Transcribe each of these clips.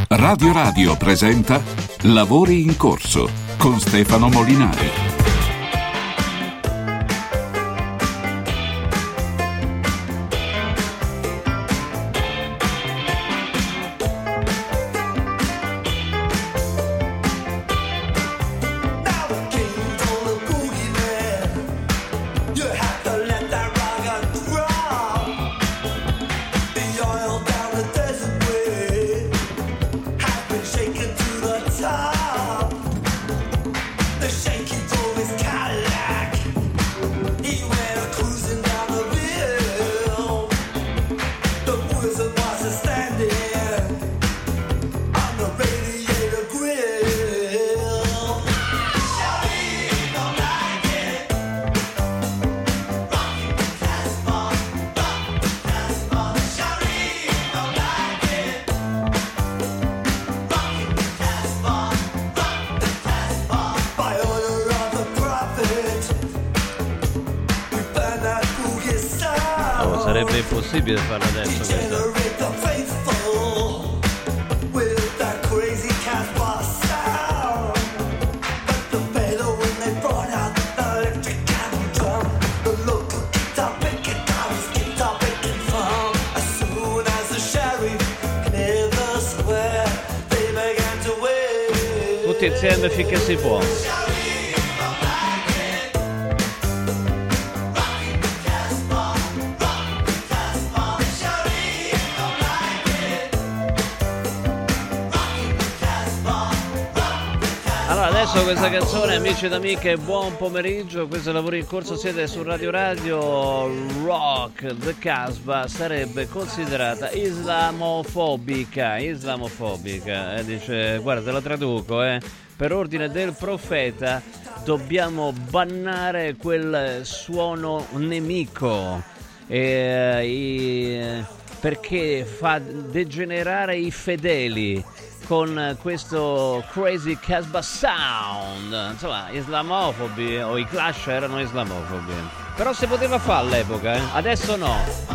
Radio Radio presenta Lavori in corso con Stefano Molinari. Sarebbe impossibile farlo adesso questa. Tutti insieme finché si può. Adesso questa canzone, amici ed amiche, buon pomeriggio, questo è Lavori in corso, siete su Radio Radio. Rock the Casbah sarebbe considerata islamofobica, dice, guarda te la traduco, per ordine del profeta dobbiamo bannare quel suono nemico, perché fa degenerare i fedeli con questo Crazy Casbah Sound. Insomma, islamofobi o i Clash erano islamofobi, però si poteva fare all'epoca, adesso no.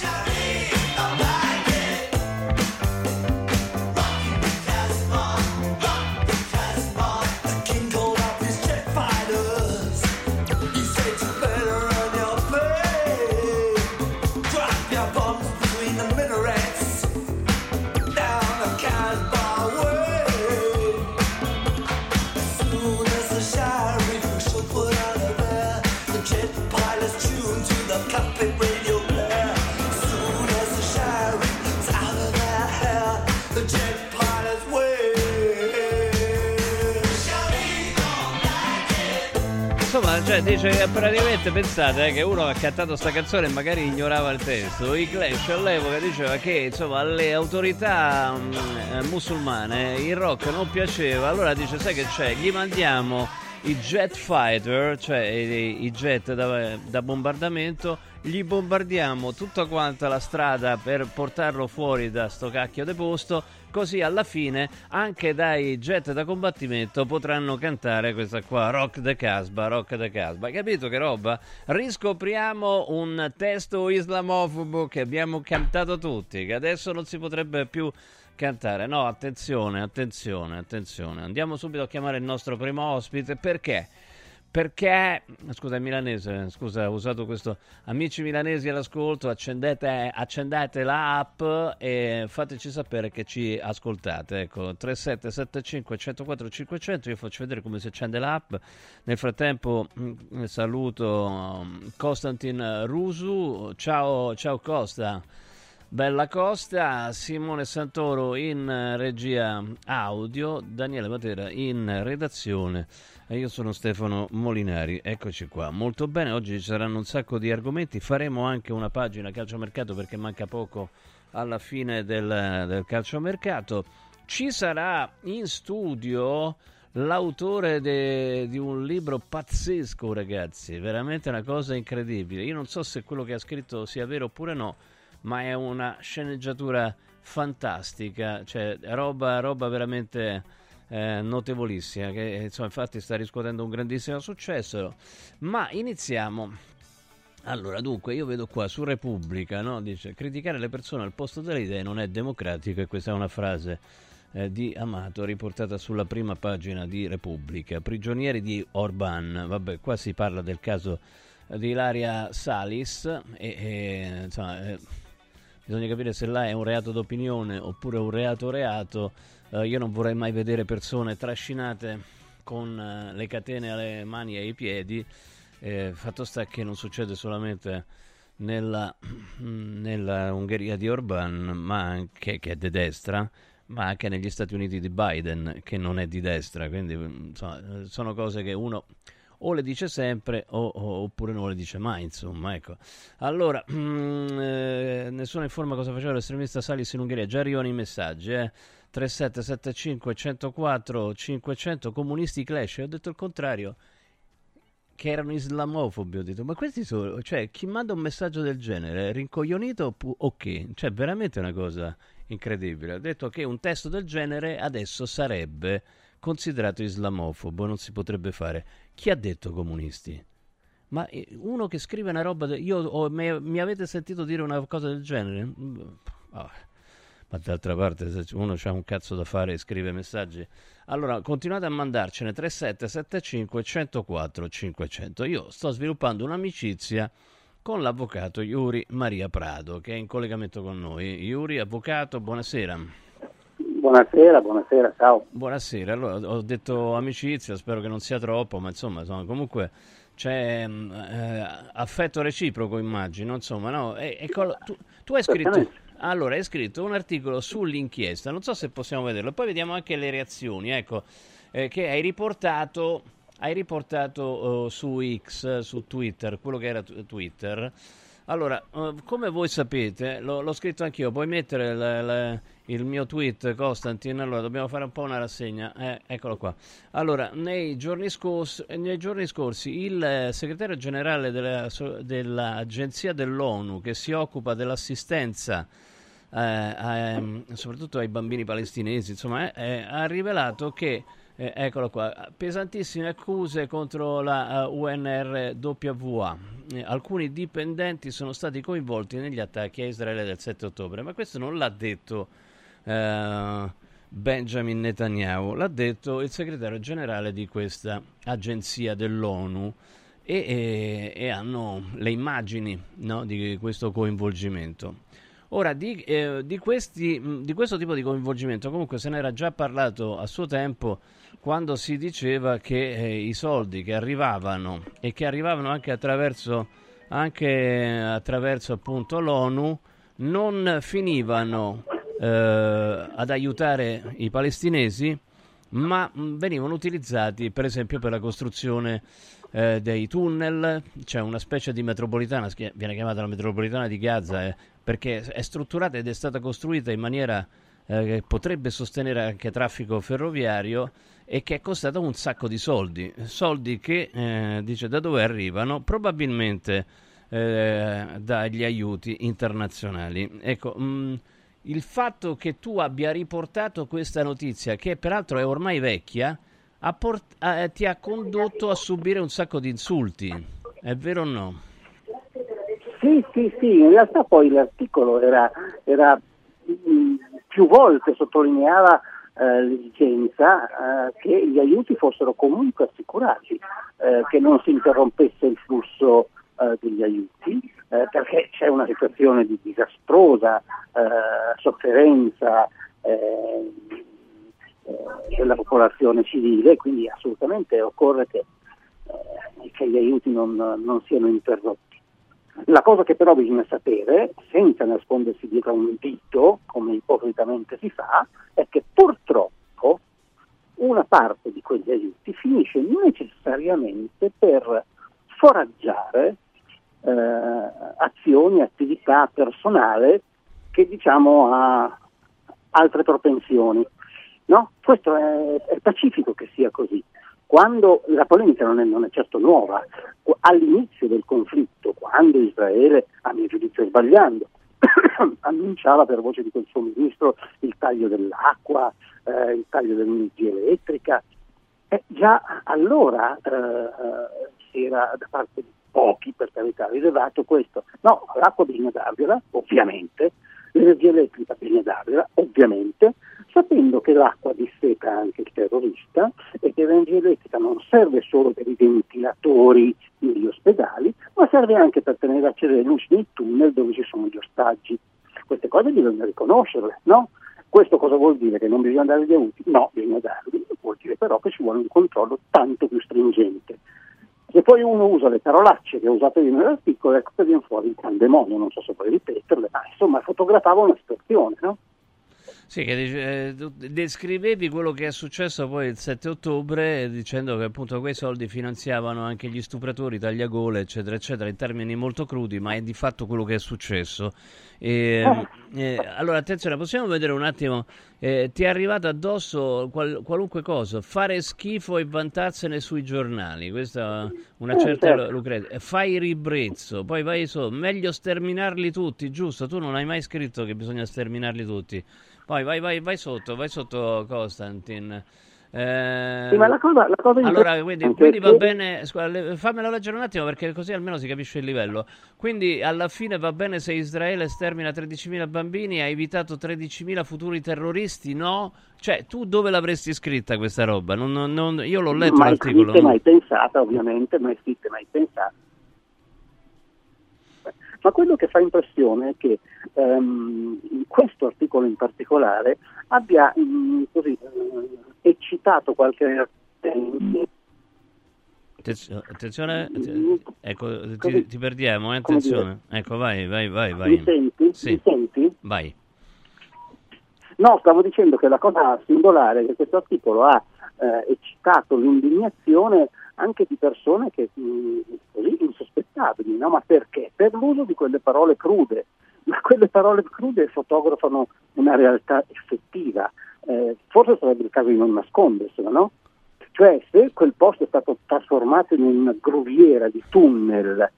Insomma, cioè, dice che praticamente, pensate che uno ha cantato sta canzone e magari ignorava il testo. I Clash all'epoca diceva che insomma alle autorità musulmane il rock non piaceva, allora dice, sai che c'è, gli mandiamo i jet fighter, cioè i jet da bombardamento, gli bombardiamo tutta quanta la strada per portarlo fuori da sto cacchio de posto, così alla fine anche dai jet da combattimento potranno cantare questa qua, Rock the Casbah. Capito che roba? Riscopriamo un testo islamofobo che abbiamo cantato tutti, che adesso non si potrebbe più cantare. No, attenzione. Andiamo subito a chiamare il nostro primo ospite. Perché? Scusa, è milanese, ho usato questo. Amici milanesi all'ascolto, accendete l'app e fateci sapere che ci ascoltate. Ecco, 3775 104 500, io faccio vedere come si accende l'app. Nel frattempo saluto Costantin Rusu. Ciao Costa. Bella Costa, Simone Santoro in regia audio, Daniele Matera in redazione e io sono Stefano Molinari. Eccoci qua, molto bene, oggi ci saranno un sacco di argomenti, faremo anche una pagina calciomercato perché manca poco alla fine del calciomercato. Ci sarà in studio l'autore di un libro pazzesco, ragazzi, veramente una cosa incredibile. Io non so se quello che ha scritto sia vero oppure no, ma è una sceneggiatura fantastica, cioè roba veramente notevolissima, che insomma infatti sta riscuotendo un grandissimo successo. Ma iniziamo. Allora, dunque, io vedo qua su Repubblica, no? Dice: criticare le persone al posto delle idee non è democratico, e questa è una frase di Amato, riportata sulla prima pagina di Repubblica. Prigionieri di Orban, vabbè, qua si parla del caso di Ilaria Salis e insomma, bisogna capire se là è un reato d'opinione oppure un reato. Io non vorrei mai vedere persone trascinate con le catene alle mani e ai piedi. Fatto sta che non succede solamente nella Ungheria di Orban, ma anche, che è di destra, ma anche negli Stati Uniti di Biden, che non è di destra. Quindi insomma, sono cose che uno o le dice sempre oppure non le dice mai, insomma, ecco. Allora, nessuno informa cosa faceva l'estremista Salis in Ungheria. Già arrivano i messaggi, 3775 104 500. Comunisti Clash, ho detto il contrario, che erano islamofobi. Ho detto, ma questi sono, cioè, chi manda un messaggio del genere è rincoglionito o che? Cioè, veramente una cosa incredibile. Ho detto che un testo del genere adesso sarebbe considerato islamofobo, non si potrebbe fare. Chi ha detto comunisti? Ma uno che scrive una roba mi avete sentito dire una cosa del genere? Ma d'altra parte, se uno c'ha un cazzo da fare e scrive messaggi, allora continuate a mandarcene 3775 104 500. Io sto sviluppando un'amicizia con l'avvocato Yuri Maria Prado, che è in collegamento con noi. Yuri, avvocato, buonasera. Buonasera, ciao. Buonasera, allora ho detto amicizia, spero che non sia troppo, ma insomma comunque c'è affetto reciproco, immagino, insomma, no? Tu hai scritto... Allora, hai scritto un articolo sull'inchiesta, non so se possiamo vederlo, poi vediamo anche le reazioni, ecco, che hai riportato su X, su Twitter, quello che era Twitter. Allora, come voi sapete, l'ho scritto anch'io, puoi mettere il mio tweet, Costantin. Allora, dobbiamo fare un po' una rassegna, eccolo qua. Allora, nei giorni scorsi il segretario generale dell'agenzia dell'ONU che si occupa dell'assistenza soprattutto ai bambini palestinesi, insomma, ha rivelato che eccolo qua, pesantissime accuse contro la UNRWA. Alcuni dipendenti sono stati coinvolti negli attacchi a Israele del 7 ottobre, ma questo non l'ha detto Benjamin Netanyahu, l'ha detto il segretario generale di questa agenzia dell'ONU e hanno le immagini, no, di questo coinvolgimento. Ora, di questo tipo di coinvolgimento comunque se n'era già parlato a suo tempo, quando si diceva che i soldi che arrivavano e che arrivavano anche attraverso appunto l'ONU non finivano ad aiutare i palestinesi, ma venivano utilizzati per esempio per la costruzione dei tunnel. C'è una specie di metropolitana, viene chiamata la metropolitana di Gaza, perché è strutturata ed è stata costruita in maniera che potrebbe sostenere anche traffico ferroviario e che è costata un sacco di soldi che dice da dove arrivano, probabilmente dagli aiuti internazionali. Ecco, il fatto che tu abbia riportato questa notizia, che peraltro è ormai vecchia, ti ha condotto a subire un sacco di insulti, è vero o no? Sì, in realtà poi l'articolo era più volte sottolineava l'esigenza che gli aiuti fossero comunque assicurati, che non si interrompesse il flusso degli aiuti, perché c'è una situazione di disastrosa sofferenza della popolazione civile, quindi assolutamente occorre che gli aiuti non siano interrotti. La cosa che però bisogna sapere, senza nascondersi dietro a un dito, come ipocritamente si fa, è che purtroppo una parte di quegli aiuti finisce necessariamente per foraggiare azioni, attività personale che diciamo ha altre propensioni. No? Questo è pacifico che sia così. Quando la polemica non è certo nuova, all'inizio del conflitto, quando Israele, a mio giudizio sbagliando, annunciava per voce di quel suo ministro il taglio dell'acqua, il taglio dell'energia elettrica, già allora si era da parte di pochi, per carità, rilevato questo. No, l'acqua bisogna dargliela, ovviamente, l'energia elettrica bisogna dargliela, ovviamente, sapendo che l'acqua disseta anche il terrorista e che l'energia elettrica non serve solo per i ventilatori negli ospedali, ma serve anche per tenere accese le luci nei tunnel dove ci sono gli ostaggi. Queste cose bisogna riconoscerle, no? Questo cosa vuol dire? Che non bisogna dare gli aiuti? No, bisogna darli. Vuol dire però che ci vuole un controllo tanto più stringente. Se poi uno usa le parolacce che ho usato io nell'articolo, ecco che viene fuori il pandemonio, non so se puoi ripeterle, ma insomma fotografava una situazione, no? Sì, che descrivevi quello che è successo poi il 7 ottobre dicendo che appunto quei soldi finanziavano anche gli stupratori, tagliagole, eccetera, eccetera, in termini molto crudi, ma è di fatto quello che è successo. Allora, attenzione, possiamo vedere un attimo, ti è arrivato addosso qualunque cosa, fare schifo e vantarsene sui giornali, questa una certa certo. Lucrezia, fai ribrezzo, poi vai su, meglio sterminarli tutti, giusto? Tu non hai mai scritto che bisogna sterminarli tutti. Poi vai sotto Costantin. Sì, ma la cosa Allora, quindi va bene, fammelo leggere un attimo perché così almeno si capisce il livello. Quindi alla fine va bene se Israele stermina 13.000 bambini, ha evitato 13.000 futuri terroristi, no? Cioè, tu dove l'avresti scritta questa roba? Io l'ho letto l'articolo. Mai pensata, ovviamente, mai scritta, mai pensata. Ma quello che fa impressione è che in questo articolo in particolare abbia eccitato qualche attenzione, ecco, ti perdiamo, attenzione. Ecco, vai. Mi senti? Sì. Mi senti? Vai. No, stavo dicendo che la cosa singolare è che questo articolo ha eccitato l'indignazione anche di persone che così insospettabili, no? Ma perché? Per l'uso di quelle parole crude, ma quelle parole crude fotografano una realtà effettiva, forse sarebbe il caso di non nascondersela, no? Cioè, se quel posto è stato trasformato in una gruviera di tunnel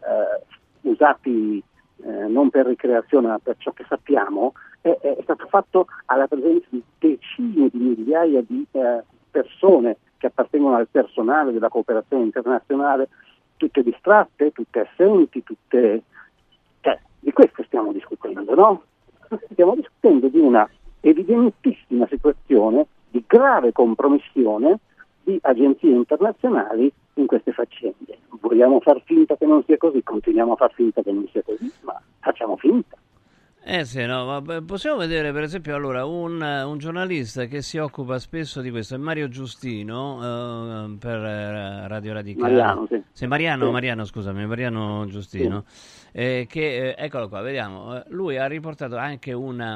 usati non per ricreazione ma per ciò che sappiamo, è stato fatto alla presenza di decine di migliaia di persone che appartengono al personale della cooperazione internazionale, tutte distratte, tutte assenti, di questo stiamo discutendo, no? Stiamo discutendo di una evidentissima situazione di grave compromissione di agenzie internazionali in queste faccende. Vogliamo far finta che non sia così, continuiamo a far finta che non sia così, ma facciamo finta. Sì, no, ma possiamo vedere per esempio allora un giornalista che si occupa spesso di questo, è Mario Giustino per Radio Radicale. Mariano, sì. Sì, Mariano, scusami, Mariano Giustino, che eccolo qua, vediamo, lui ha riportato anche una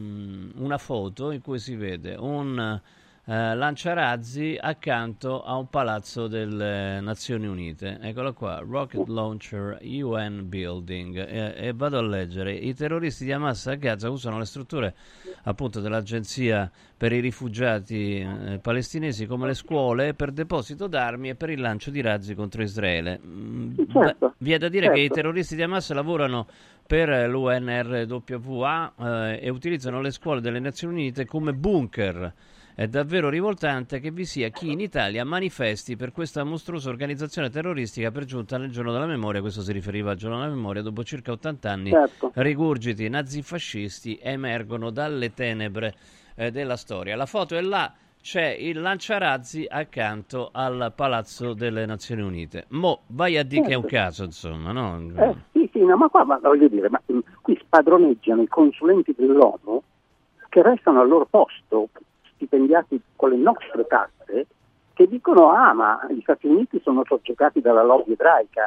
foto in cui si vede un lanciarazzi accanto a un palazzo delle Nazioni Unite. Eccolo qua, Rocket Launcher UN Building, e vado a leggere. I terroristi di Hamas a Gaza usano le strutture appunto dell'agenzia per i rifugiati palestinesi come le scuole per deposito d'armi e per il lancio di razzi contro Israele. Certo, Vi è da dire che i terroristi di Hamas lavorano per l'UNRWA e utilizzano le scuole delle Nazioni Unite come bunker. È davvero rivoltante che vi sia chi in Italia manifesti per questa mostruosa organizzazione terroristica per giunta nel giorno della memoria, questo si riferiva al giorno della memoria, dopo circa 80 anni, certo. rigurgiti nazifascisti emergono dalle tenebre della storia. La foto è là, c'è il lanciarazzi accanto al Palazzo delle Nazioni Unite. Mo vai a dire che è un caso, insomma, no? Sì, no, ma qua voglio dire, ma qui spadroneggiano i consulenti dell'ONU che restano al loro posto, stipendiati con le nostre tasse, che dicono ma gli Stati Uniti sono soggiogati dalla lobby ebraica.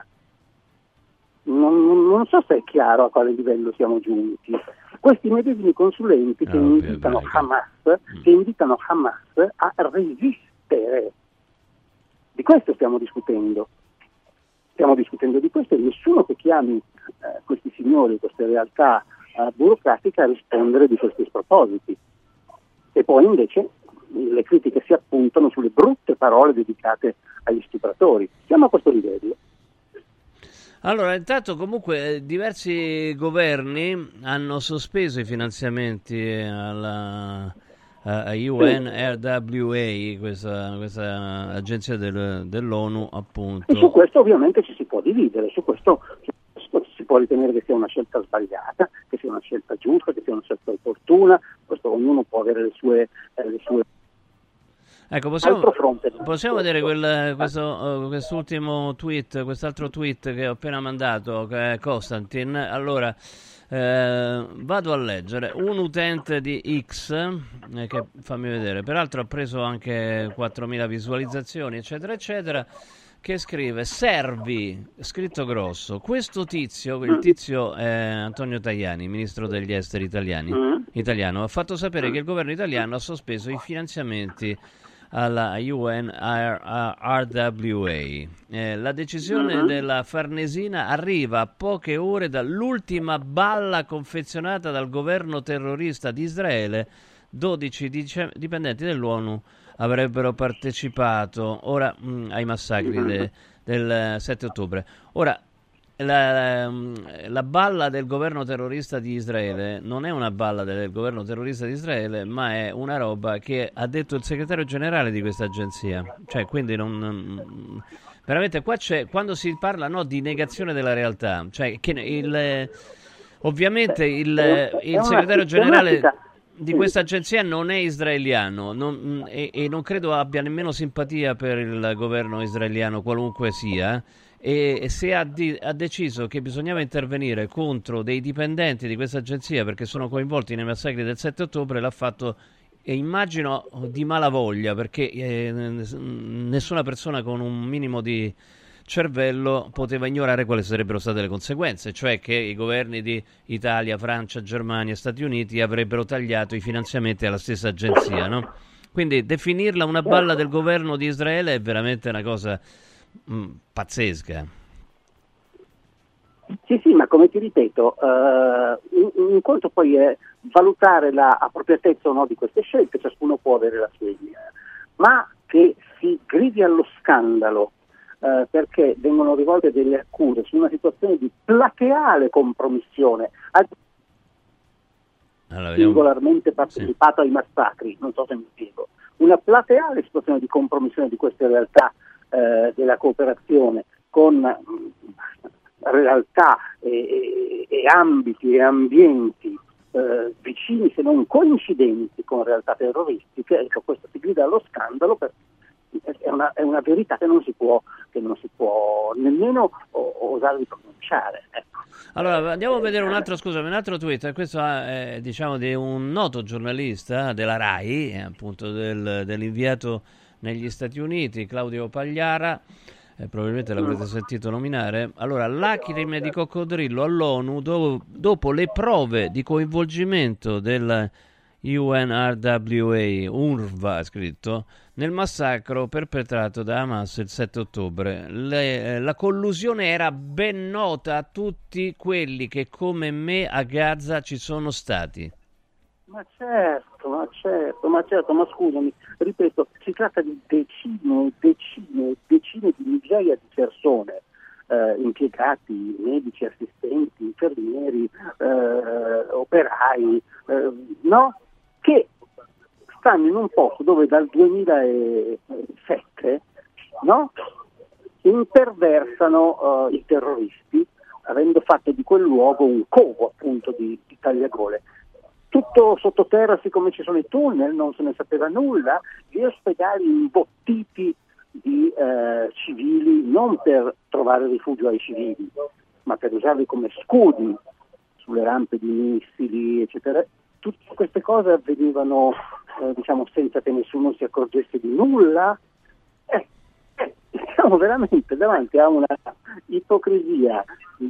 Non so se è chiaro a quale livello siamo giunti. Questi medesimi consulenti che invitano Hamas a resistere. Di questo stiamo discutendo. Stiamo discutendo di questo e nessuno che chiami questi signori, queste realtà burocratiche a rispondere di questi spropositi. E poi invece le critiche si appuntano sulle brutte parole dedicate agli stupratori. Siamo a questo livello. Allora, intanto comunque diversi governi hanno sospeso i finanziamenti alla UNRWA, questa agenzia dell'ONU, appunto. E su questo ovviamente ci si può dividere, su questo si può ritenere che sia una scelta sbagliata, che sia una scelta giusta, che sia una scelta opportuna, questo questo ognuno può avere le sue Ecco, altro fronte. possiamo vedere quest'ultimo tweet, quest'altro tweet che ho appena mandato, che è Costantin. Allora, vado a leggere. Un utente di X, che fammi vedere, peraltro ha preso anche 4.000 visualizzazioni, eccetera, eccetera, che scrive: Servi, scritto grosso, questo tizio, il tizio è Antonio Tajani, ministro degli esteri italiano, ha fatto sapere che il governo italiano ha sospeso i finanziamenti alla UNRWA. La decisione della Farnesina arriva a poche ore dall'ultima balla confezionata dal governo terrorista di Israele. 12 dipendenti dell'ONU avrebbero partecipato ai massacri del 7 ottobre. Ora, la balla del governo terrorista di Israele non è una balla del governo terrorista di Israele, ma è una roba che ha detto il segretario generale di questa agenzia. Cioè, quindi veramente qua c'è, quando si parla di negazione della realtà, cioè che ovviamente il segretario generale di questa agenzia non è israeliano e non credo abbia nemmeno simpatia per il governo israeliano, qualunque sia. E se ha deciso che bisognava intervenire contro dei dipendenti di questa agenzia perché sono coinvolti nei massacri del 7 ottobre, l'ha fatto, immagino, di malavoglia, perché nessuna persona con un minimo di cervello poteva ignorare quali sarebbero state le conseguenze, cioè che i governi di Italia, Francia, Germania e Stati Uniti avrebbero tagliato i finanziamenti alla stessa agenzia, no? Quindi definirla una balla del governo di Israele è veramente una cosa pazzesca. Sì, ma come ti ripeto, un conto poi è valutare la appropriatezza o no di queste scelte, ciascuno può avere la sua idea, ma che si gridi allo scandalo perché vengono rivolte delle accuse su una situazione di plateale compromissione, singolarmente partecipato ai massacri, non so se mi spiego, una plateale situazione di compromissione di queste realtà della cooperazione con realtà e ambiti e ambienti vicini se non coincidenti con realtà terroristiche. Ecco, questo si grida allo scandalo perché è una verità che non si può nemmeno osare di pronunciare. Ecco. Allora andiamo a vedere un altro tweet. Questo è diciamo di un noto giornalista della RAI, appunto dell'inviato negli Stati Uniti, Claudio Pagliara, probabilmente l'avrete sentito nominare. Allora, lacrime di coccodrillo all'ONU dopo le prove di coinvolgimento del UNRWA, scritto, nel massacro perpetrato da Hamas il 7 ottobre. La collusione era ben nota a tutti quelli che come me a Gaza ci sono stati. Ma certo, ma scusami, ripeto, si tratta di decine di migliaia di persone, impiegati, medici, assistenti, infermieri, operai, che stanno in un posto dove dal 2007, imperversano i terroristi, avendo fatto di quel luogo un covo appunto di tagliagole. Tutto sottoterra, siccome ci sono i tunnel, non se ne sapeva nulla, gli ospedali imbottiti di civili, non per trovare rifugio ai civili, ma per usarli come scudi sulle rampe di missili, eccetera. Tutte queste cose avvenivano senza che nessuno si accorgesse di nulla. Siamo veramente davanti a una ipocrisia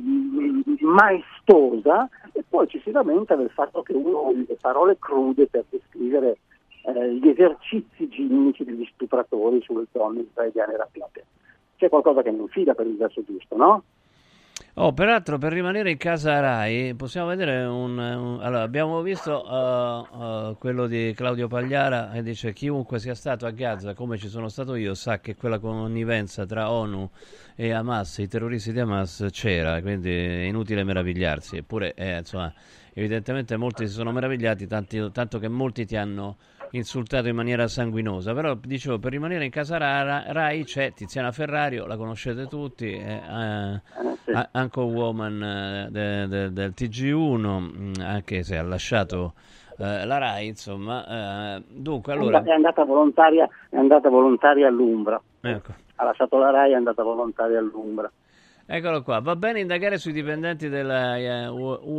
maestosa, e poi ci si lamenta del fatto che uno usa parole crude per descrivere gli esercizi ginnici degli stupratori sulle donne israeliane rapite. C'è qualcosa che non fila per il verso giusto, no? Peraltro, per rimanere in casa Rai, possiamo vedere allora, abbiamo visto quello di Claudio Pagliara che dice: chiunque sia stato a Gaza come ci sono stato io sa che quella connivenza tra ONU e Hamas, i terroristi di Hamas, c'era, quindi è inutile meravigliarsi. Eppure evidentemente molti si sono meravigliati, tanto che molti ti hanno insultato in maniera sanguinosa. Però dicevo, per rimanere in casa Rai c'è Tiziana Ferrario, la conoscete tutti, anche woman del TG1, anche se ha lasciato la RAI, insomma. Dunque, allora... È andata volontaria all'Umbra. Ecco. Ha lasciato la RAI, è andata volontaria all'Umbra. Eccolo qua, va bene indagare sui dipendenti della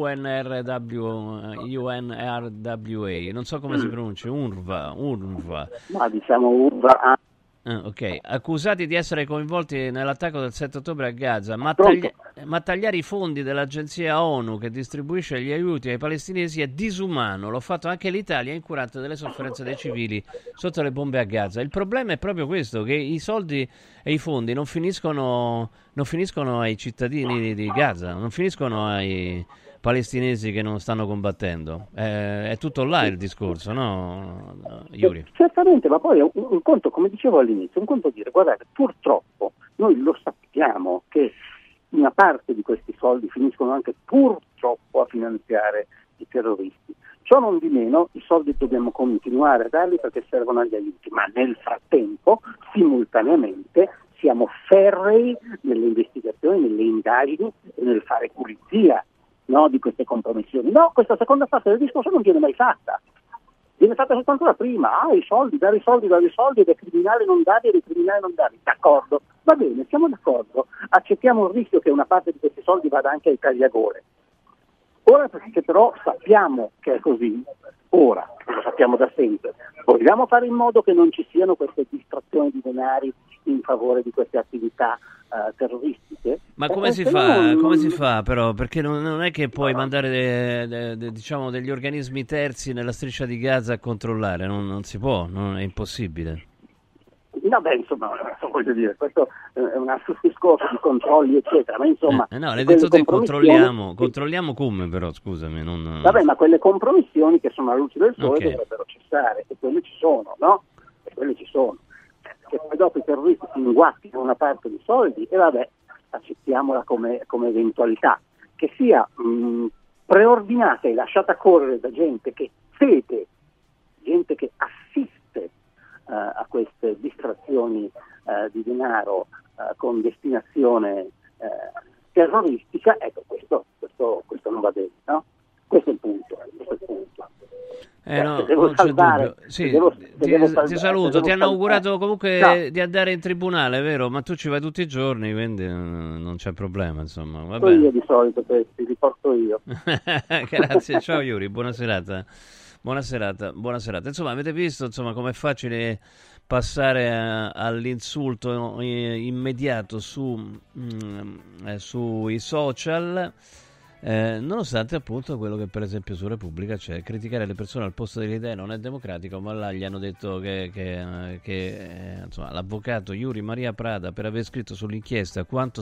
UNRWA, non so come si pronuncia, UNRWA. Ma diciamo UNRWA. Ok, accusati di essere coinvolti nell'attacco del 7 ottobre a Gaza, ma tagliare i fondi dell'agenzia ONU che distribuisce gli aiuti ai palestinesi è disumano. L'ha fatto anche l'Italia, incurante delle sofferenze dei civili sotto le bombe a Gaza. Il problema è proprio questo, che i soldi e i fondi non finiscono ai cittadini di Gaza, non finiscono ai palestinesi che non stanno combattendo. È tutto là il discorso, no, Yuri? Certamente, ma poi un conto, come dicevo all'inizio, un conto dire, guardate, purtroppo noi lo sappiamo che una parte di questi soldi finiscono anche purtroppo a finanziare i terroristi. Ciò non di meno, i soldi dobbiamo continuare a darli perché servono agli aiuti, ma nel frattempo, simultaneamente, siamo ferrei nelle investigazioni, nelle indagini e nel fare pulizia, no, di queste compromissioni. No, questa seconda fase del discorso non viene mai fatta. Viene fatta soltanto la prima, i soldi, dare i soldi, ed è criminale non darli, D'accordo, va bene, siamo d'accordo. Accettiamo il rischio che una parte di questi soldi vada anche ai tagliagole. Ora che però sappiamo che è così, lo sappiamo da sempre, vogliamo fare in modo che non ci siano queste distrazioni di denari in favore di queste attività terroristiche. Ma come si fa però? Perché non è che puoi mandare diciamo degli organismi terzi nella striscia di Gaza a controllare, non si può, è impossibile. No, insomma, voglio dire, questo è un altro discorso di controlli, eccetera, ma insomma... no, l'hai detto te, controlliamo come però, scusami. Vabbè, ma quelle compromissioni che sono alla luce del sole dovrebbero cessare, e quelle ci sono, no? Che poi dopo i terroristi si inguattino una parte di soldi, e vabbè, accettiamola come eventualità, che sia preordinata e lasciata correre da gente che vede, gente che assiste a queste distrazioni di denaro con destinazione terroristica. Ecco, questo non va bene, no? Questo è il punto. No, non c'è dubbio. Sì, ti saluto, ti hanno augurato comunque di andare in tribunale, vero? Ma tu ci vai tutti i giorni, quindi non c'è problema, insomma. Vabbè. Io di solito questi li porto io. Grazie, ciao Yuri, buona serata. Buona serata. Insomma, avete visto, insomma, com'è facile passare all'insulto immediato sui social, nonostante appunto quello che per esempio su Repubblica c'è: criticare le persone al posto delle idee non è democratico, ma là gli hanno detto che insomma, l'avvocato Yuri Maria Prada, per aver scritto sull'inchiesta quanto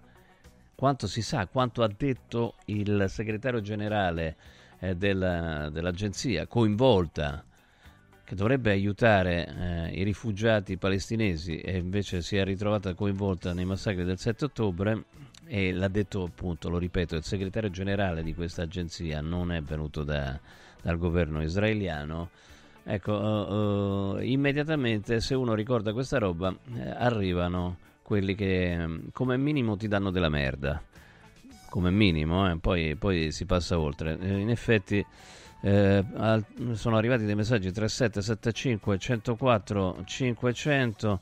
ha detto il segretario generale dell'agenzia coinvolta, che dovrebbe aiutare i rifugiati palestinesi, e invece si è ritrovata coinvolta nei massacri del 7 ottobre, e l'ha detto appunto, lo ripeto, il segretario generale di questa agenzia, non è venuto dal governo israeliano. Ecco, immediatamente, se uno ricorda questa roba, arrivano quelli che come minimo ti danno della merda, come minimo, poi si passa oltre. In effetti sono arrivati dei messaggi 3775 104 500.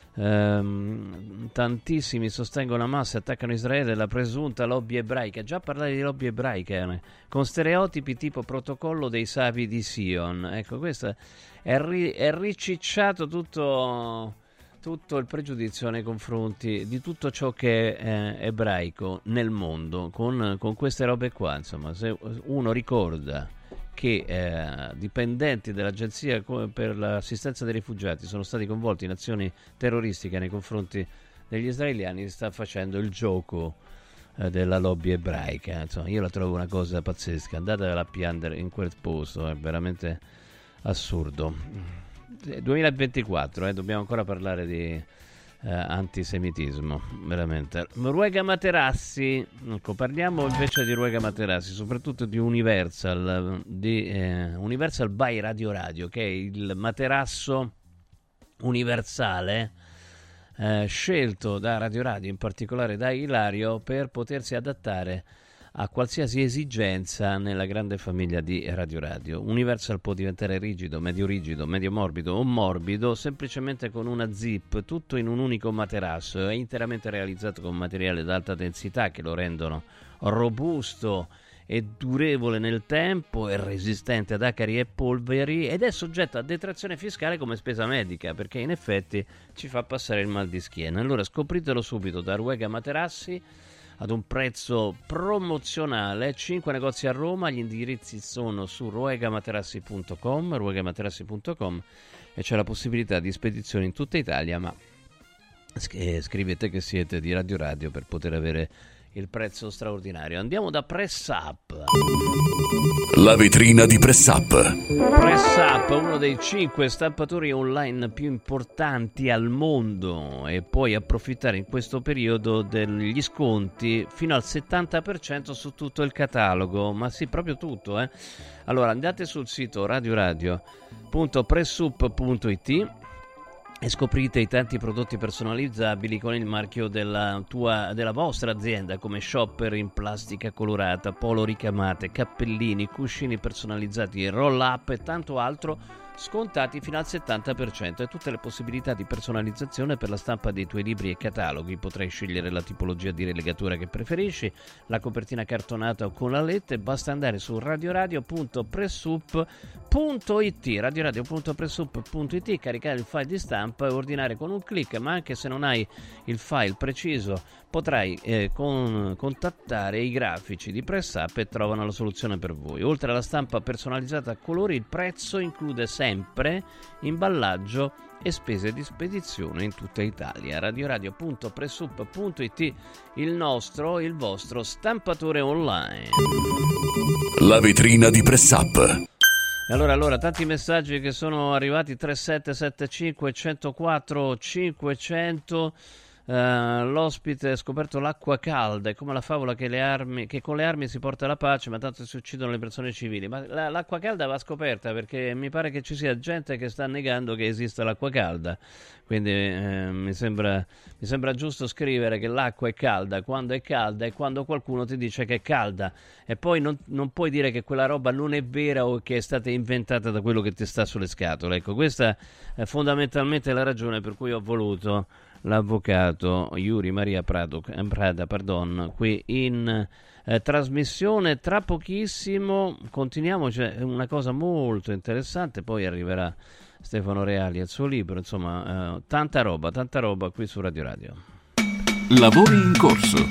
Tantissimi sostengono Hamas e attaccano Israele e la presunta lobby ebraica. Già parlare di lobby ebraica con stereotipi tipo protocollo dei savi di Sion. Ecco, questo è ricicciato tutto il pregiudizio nei confronti di tutto ciò che è ebraico nel mondo con queste robe qua. Insomma, se uno ricorda che dipendenti dell'Agenzia per l'assistenza dei rifugiati sono stati coinvolti in azioni terroristiche nei confronti degli israeliani, sta facendo il gioco della lobby ebraica. Insomma, io la trovo una cosa pazzesca. Andatela a piangere in quel posto, è veramente assurdo. 2024, dobbiamo ancora parlare di antisemitismo, veramente. Ruega Materassi, ecco, parliamo invece di Ruega Materassi, soprattutto di Universal, Universal by Radio, che è il materasso universale scelto da Radio, in particolare da Ilario, per potersi adattare a qualsiasi esigenza nella grande famiglia di Radio Radio. Universal può diventare rigido, medio morbido o morbido semplicemente con una zip, tutto in un unico materasso. È interamente realizzato con materiale ad alta densità che lo rendono robusto e durevole nel tempo, è resistente ad acari e polveri ed è soggetto a detrazione fiscale come spesa medica, perché in effetti ci fa passare il mal di schiena. Allora scopritelo subito da Ruega Materassi ad un prezzo promozionale, 5 negozi a Roma, gli indirizzi sono su ruegamaterassi.com e c'è la possibilità di spedizione in tutta Italia, ma scrivete che siete di Radio Radio per poter avere il prezzo straordinario. Andiamo da Press Up. La vetrina di Press Up. Press Up, uno dei 5 stampatori online più importanti al mondo, e puoi approfittare in questo periodo degli sconti fino al 70% su tutto il catalogo, ma sì, proprio tutto, eh. Allora andate sul sito radioradio.pressup.it e scoprite i tanti prodotti personalizzabili con il marchio della vostra azienda, come shopper in plastica colorata, polo ricamate, cappellini, cuscini personalizzati, roll up e tanto altro, scontati fino al 70%, e tutte le possibilità di personalizzazione per la stampa dei tuoi libri e cataloghi. Potrai scegliere la tipologia di rilegatura che preferisci, la copertina cartonata o con la lette. Basta andare su radioradio.pressup.it, caricare il file di stampa e ordinare con un click. Ma anche se non hai il file preciso, potrai contattare i grafici di Press Up e trovano la soluzione per voi. Oltre alla stampa personalizzata a colori, il prezzo include sempre imballaggio e spese di spedizione in tutta Italia. radioradio.pressup.it, il vostro stampatore online. La vetrina di Press Up. E allora, tanti messaggi che sono arrivati: 3775 104 500. L'ospite ha scoperto l'acqua calda, è come la favola che con le armi si porta la pace, ma tanto si uccidono le persone civili. Ma l'acqua calda va scoperta, perché mi pare che ci sia gente che sta negando che esista l'acqua calda. Quindi mi sembra giusto scrivere che l'acqua è calda e quando qualcuno ti dice che è calda, e poi non puoi dire che quella roba non è vera o che è stata inventata da quello che ti sta sulle scatole. Ecco, questa è fondamentalmente la ragione per cui ho voluto l'avvocato Yuri Maria Prada, qui in trasmissione. Tra pochissimo continuiamo, c'è una cosa molto interessante, poi arriverà Stefano Reali al suo libro, insomma tanta roba qui su Radio Radio. Lavori in corso.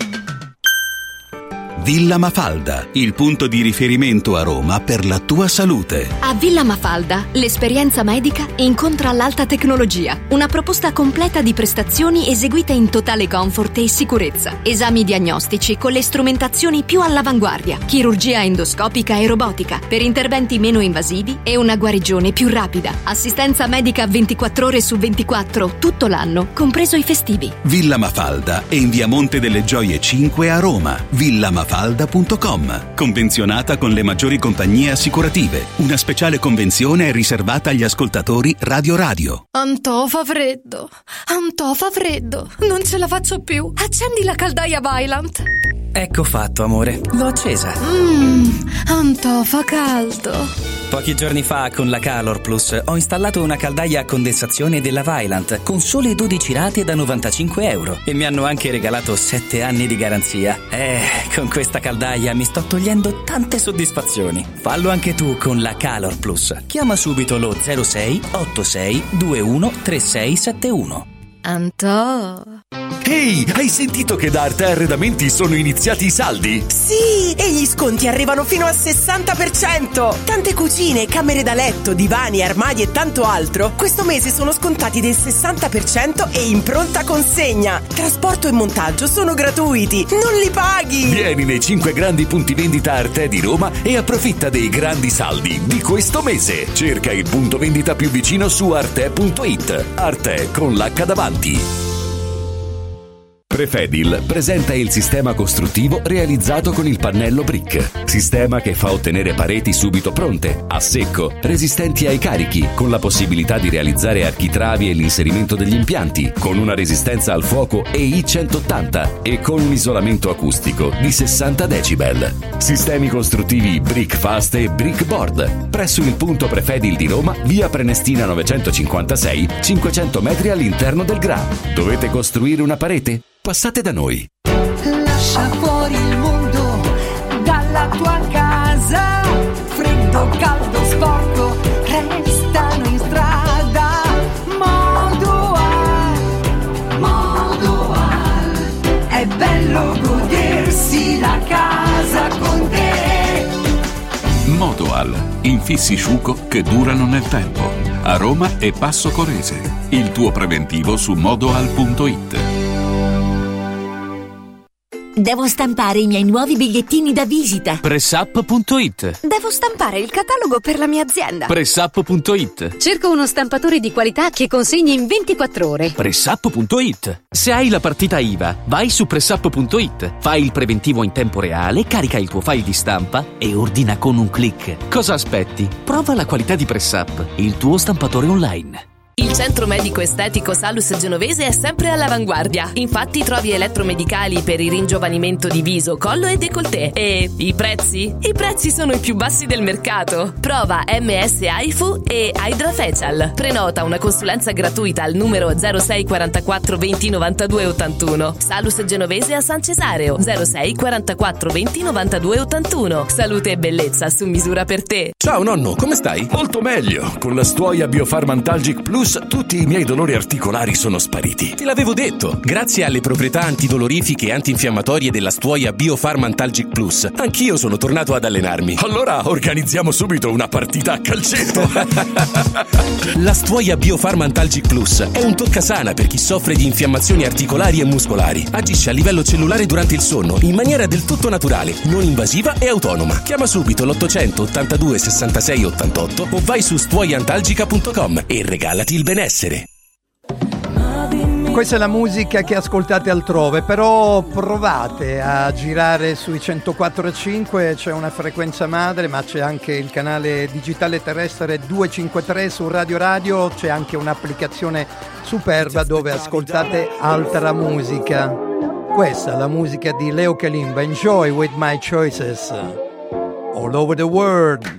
Villa Mafalda, il punto di riferimento a Roma per la tua salute. A Villa Mafalda l'esperienza medica incontra l'alta tecnologia. Una proposta completa di prestazioni eseguite in totale comfort e sicurezza. Esami diagnostici con le strumentazioni più all'avanguardia. Chirurgia endoscopica e robotica per interventi meno invasivi e una guarigione più rapida. Assistenza medica 24 ore su 24 tutto l'anno, compreso i festivi. Villa Mafalda è in via Monte delle Gioie 5 a Roma. villamafalda.com. Convenzionata con le maggiori compagnie assicurative. Una speciale convenzione è riservata agli ascoltatori Radio Radio. Antò fa freddo, non ce la faccio più. Accendi la caldaia Vaillant. Ecco fatto, amore, l'ho accesa. Antò fa caldo. Pochi giorni fa con la Calor Plus ho installato una caldaia a condensazione della Vaillant con sole 12 rate da €95 e mi hanno anche regalato 7 anni di garanzia. Con questa caldaia mi sto togliendo tante soddisfazioni. Fallo anche tu con la Calor Plus. Chiama subito lo 06 86 21 3671. Antò. Ehi, hai sentito che da Arte Arredamenti sono iniziati i saldi? Sì, e gli sconti arrivano fino al 60%. Tante cucine, camere da letto, divani, armadi e tanto altro questo mese sono scontati del 60% e in pronta consegna. Trasporto e montaggio sono gratuiti, non li paghi. Vieni nei 5 grandi punti vendita Arte di Roma e approfitta dei grandi saldi di questo mese. Cerca il punto vendita più vicino su arte.it. Arte con l'H davanti. Prefedil presenta il sistema costruttivo realizzato con il pannello brick. Sistema che fa ottenere pareti subito pronte, a secco, resistenti ai carichi, con la possibilità di realizzare architravi e l'inserimento degli impianti, con una resistenza al fuoco EI 180 e con un isolamento acustico di 60 decibel. Sistemi costruttivi Brick Fast e Brick Board. Presso il punto Prefedil di Roma, via Prenestina 956, 500 metri all'interno del GRA. Dovete costruire una parete? Passate da noi. Lascia fuori il mondo dalla tua casa. Freddo, caldo, sporco, restano in strada. Modoal, è bello godersi la casa con te. Modoal, infissi sciuco che durano nel tempo. A Roma e Passo Corese. Il tuo preventivo su modoal.it. Devo stampare i miei nuovi bigliettini da visita. Pressup.it. Devo stampare il catalogo per la mia azienda. Pressup.it. Cerco uno stampatore di qualità che consegni in 24 ore. Pressup.it. Se hai la partita IVA, vai su Pressup.it, fai il preventivo in tempo reale, carica il tuo file di stampa e ordina con un click. Cosa aspetti? Prova la qualità di Pressup, il tuo stampatore online. Il centro medico estetico Salus Genovese è sempre all'avanguardia. Infatti trovi elettromedicali per il ringiovanimento di viso, collo e décolleté. E i prezzi? I prezzi sono i più bassi del mercato. Prova MS AIFU e Hydra Facial. Prenota una consulenza gratuita al numero 06 44 20 92 81. Salus Genovese a San Cesareo 06 44 20 92 81. Salute e bellezza su misura per te. Ciao nonno, come stai? Molto meglio. Con la Stuoia Biofarmantalgic Plus tutti i miei dolori articolari sono spariti. Te l'avevo detto. Grazie alle proprietà antidolorifiche e antinfiammatorie della Stuoia Biofarmantalgic Plus, anch'io sono tornato ad allenarmi. Allora organizziamo subito una partita a calcetto. La Stuoia Biofarmantalgic Plus è un toccasana per chi soffre di infiammazioni articolari e muscolari. Agisce a livello cellulare durante il sonno in maniera del tutto naturale, non invasiva e autonoma. Chiama subito l'800 82 66 88 o vai su stuoiantalgica.com e regalati il benessere. Questa è la musica che ascoltate altrove, però provate a girare sui 104.5, c'è una frequenza madre, ma c'è anche il canale digitale terrestre 253 su Radio Radio, c'è anche un'applicazione superba dove ascoltate altra musica. Questa è la musica di Leo Kalimba, Enjoy with my choices, all over the world.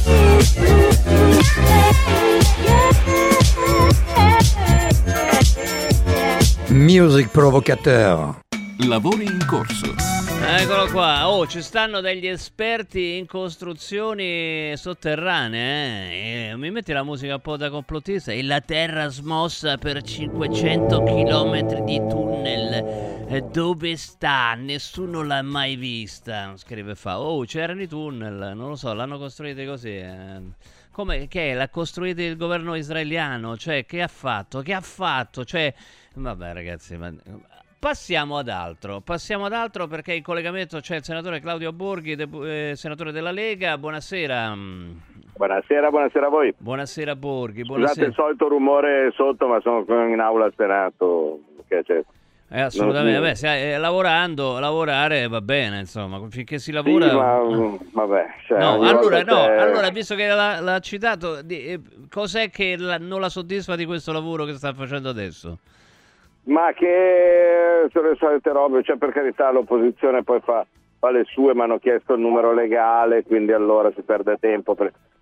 Music provocateur. Lavori in corso. Eccolo qua. Oh, ci stanno degli esperti in costruzioni sotterranee. Mi metti la musica un po' da complottista. E la terra smossa per 500 km di tunnel. Dove sta? Nessuno l'ha mai vista. Scrive fa. Oh, c'erano i tunnel. Non lo so, l'hanno costruiti così. Come che l'ha costruito il governo israeliano? Cioè, che ha fatto? Cioè, vabbè, ragazzi, passiamo ad altro perché in collegamento c'è il senatore Claudio Borghi, senatore della Lega. Buonasera. Buonasera a voi. Buonasera Borghi. Scusate il solito rumore sotto, ma sono in aula al Senato. Perché c'è... assolutamente, vabbè, se lavorare va bene, insomma, finché si lavora. Sì, ma vabbè. Cioè, allora, visto che l'ha citato, cos'è che non la soddisfa di questo lavoro che sta facendo adesso? Ma che sono le solite robe, cioè per carità l'opposizione poi fa le sue, ma hanno chiesto il numero legale, quindi allora si perde tempo.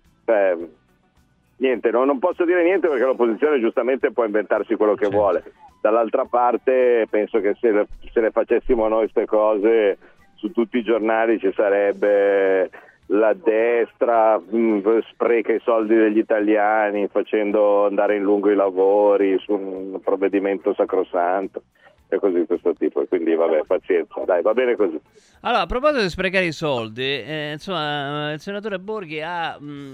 Niente, non posso dire niente perché l'opposizione giustamente può inventarsi quello che vuole. Dall'altra parte penso che se le facessimo noi queste cose su tutti i giornali ci sarebbe la destra spreca i soldi degli italiani facendo andare in lungo i lavori su un provvedimento sacrosanto e così di questo tipo, e quindi vabbè, pazienza, dai, va bene così. Allora, a proposito di sprecare i soldi, insomma, il senatore Borghi ha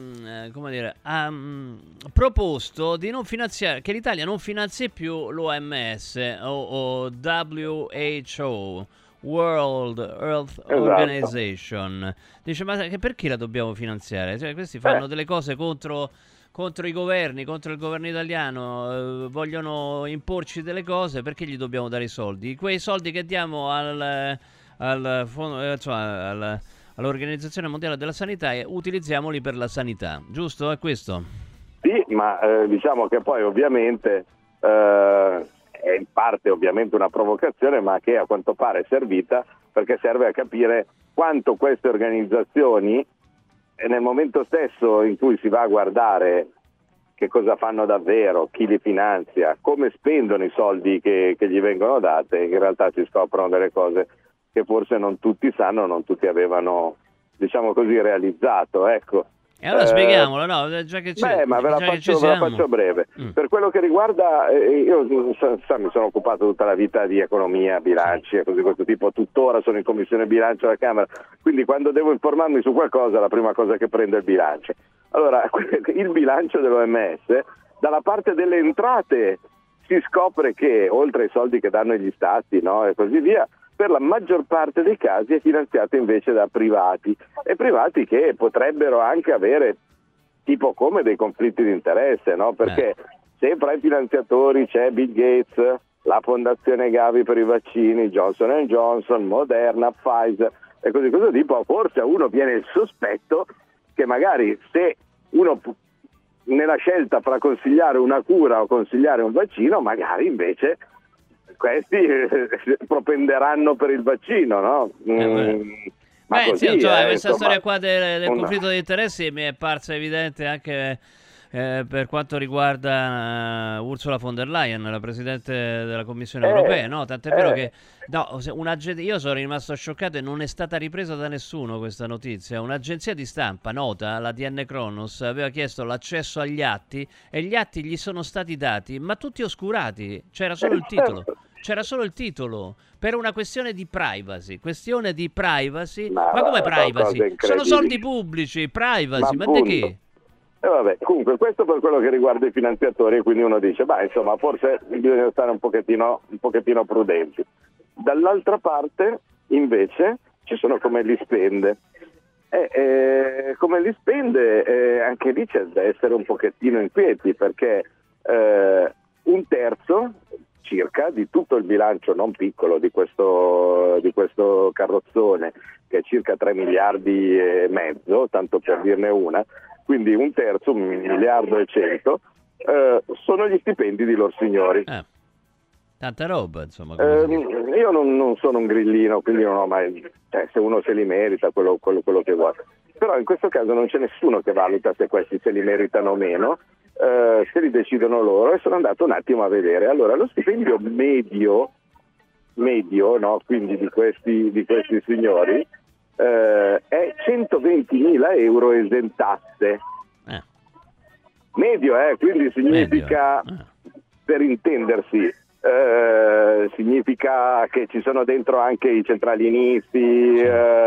proposto di non finanziare, che l'Italia non finanzi più l'OMS o WHO, World Health Organization. Dice, ma che perché la dobbiamo finanziare? Cioè, questi fanno delle cose contro contro i governi, contro il governo italiano, vogliono imporci delle cose, perché gli dobbiamo dare i soldi? Quei soldi che diamo all'Organizzazione Mondiale della Sanità, utilizziamoli per la sanità, giusto? È questo? Sì, ma diciamo che poi ovviamente è in parte ovviamente una provocazione, ma che a quanto pare è servita perché serve a capire quanto queste organizzazioni, nel momento stesso in cui si va a guardare che cosa fanno davvero, chi li finanzia, come spendono i soldi che gli vengono date, in realtà si scoprono delle cose che forse non tutti sanno, non tutti avevano, diciamo così, realizzato, ecco. E allora spieghiamolo, no? Già che c'è. Ma ve la faccio breve. Per quello che riguarda, io mi sono occupato tutta la vita di economia, bilanci e così questo tipo, tuttora sono in commissione bilancio alla Camera, quindi quando devo informarmi su qualcosa la prima cosa che prendo è il bilancio. Allora, il bilancio dell'OMS, dalla parte delle entrate si scopre che, oltre ai soldi che danno gli stati, no, e così via, per la maggior parte dei casi è finanziato invece da privati, e privati che potrebbero anche avere tipo come dei conflitti di interesse, no? Perché se fra i finanziatori c'è Bill Gates, la Fondazione Gavi per i vaccini, Johnson & Johnson, Moderna, Pfizer e così tipo, forse a uno viene il sospetto che magari se uno nella scelta fra consigliare una cura o consigliare un vaccino, magari invece questi propenderanno per il vaccino, no? Ma così, questa storia qua del conflitto di interessi mi è parsa evidente anche per quanto riguarda Ursula von der Leyen, la Presidente della Commissione Europea, no? Tant'è vero che io sono rimasto scioccato e non è stata ripresa da nessuno questa notizia. Un'agenzia di stampa nota, la DN Kronos, aveva chiesto l'accesso agli atti e gli atti gli sono stati dati, ma tutti oscurati, c'era solo il titolo. C'era solo il titolo, per una questione di privacy. Ma come privacy? Sono soldi pubblici, privacy, ma di che? Vabbè, comunque questo per quello che riguarda i finanziatori, quindi uno dice, insomma, forse bisogna stare un pochettino prudenti. Dall'altra parte, invece, ci sono come li spende. Come li spende, anche lì c'è da essere un pochettino inquieti, perché un terzo circa di tutto il bilancio non piccolo di questo carrozzone, che è circa 3 miliardi e mezzo, tanto per dirne una, quindi un terzo, 1,1 miliardi, sono gli stipendi di lor signori. Tanta roba, insomma. Io non sono un grillino, quindi non ho mai, se uno se li merita quello che vuole, però in questo caso non c'è nessuno che valuta se questi se li meritano o meno. Se li decidono loro, e sono andato un attimo a vedere. Allora, lo stipendio medio, no, quindi di questi signori è 120.000 euro esentasse. Medio, quindi significa, per intendersi, significa che ci sono dentro anche i centralinisti,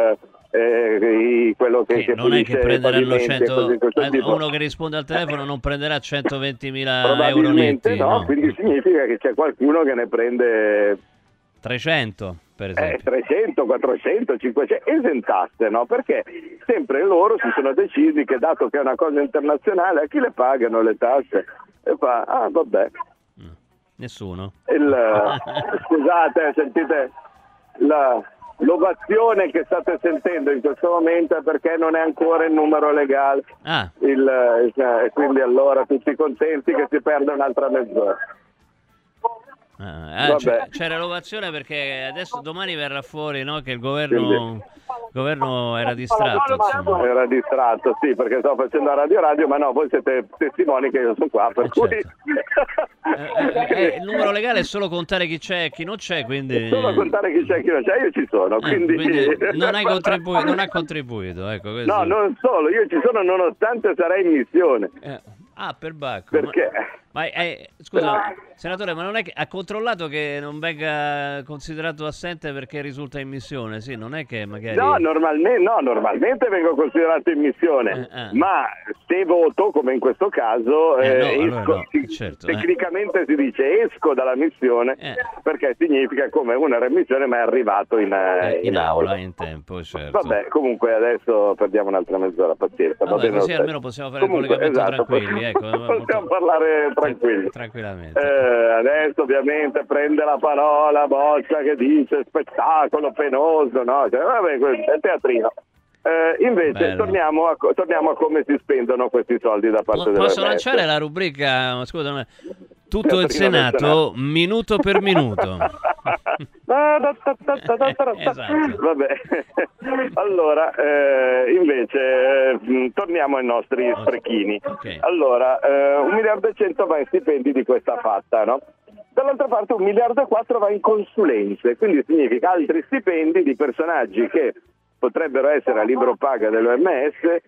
quello che non è che prenderanno 100, uno che risponde al telefono non prenderà 120.000 euro netti, no? Quindi significa che c'è qualcuno che ne prende 300, per esempio, 300, 400, 500 esentasse, no? Perché sempre loro si sono decisi che, dato che è una cosa internazionale, a chi le pagano le tasse? E fa, vabbè, nessuno. Scusate, sentite l'ovazione che state sentendo in questo momento è perché non è ancora il numero legale. E quindi allora tutti contenti che si perde un'altra mezz'ora. C'era l'ovazione perché adesso domani verrà fuori, no, che il governo era distratto. Era distratto, sì, perché sto facendo la radio, ma no, voi siete testimoni che io sono qua, per cui il numero legale è solo contare chi c'è e chi non c'è, quindi solo contare chi c'è e chi non c'è, io ci sono, quindi non ha contribuito, ecco, questo. No, non solo, io ci sono nonostante sarei in missione. Per Bacco. Perché? Ma scusa, senatore, ma non è che ha controllato che non venga considerato assente perché risulta in missione? Sì, non è che magari... No, normalmente vengo considerato in missione, ma se voto, come in questo caso, tecnicamente si dice esco dalla missione perché significa come uno era in missione ma è arrivato in aula. In tempo, certo. Vabbè, comunque adesso perdiamo un'altra mezz'ora, pazienza. Vabbè, così almeno possiamo fare il collegamento tranquilli. Ecco, possiamo parlare tranquillamente. Adesso ovviamente prende la parola Boccia che dice spettacolo penoso, no? Cioè, vabbè, è teatrino. Invece torniamo a come si spendono questi soldi da parte della Posso lanciare la rubrica, scusa, tutto il Senato minuto per minuto. Esatto. Vabbè. Allora, invece torniamo ai nostri sprechini. Allora, 1,1 miliardo va in stipendi di questa fatta, no? Dall'altra parte 1,4 miliardo va in consulenze, quindi significa altri stipendi di personaggi che potrebbero essere a libro paga dell'OMS.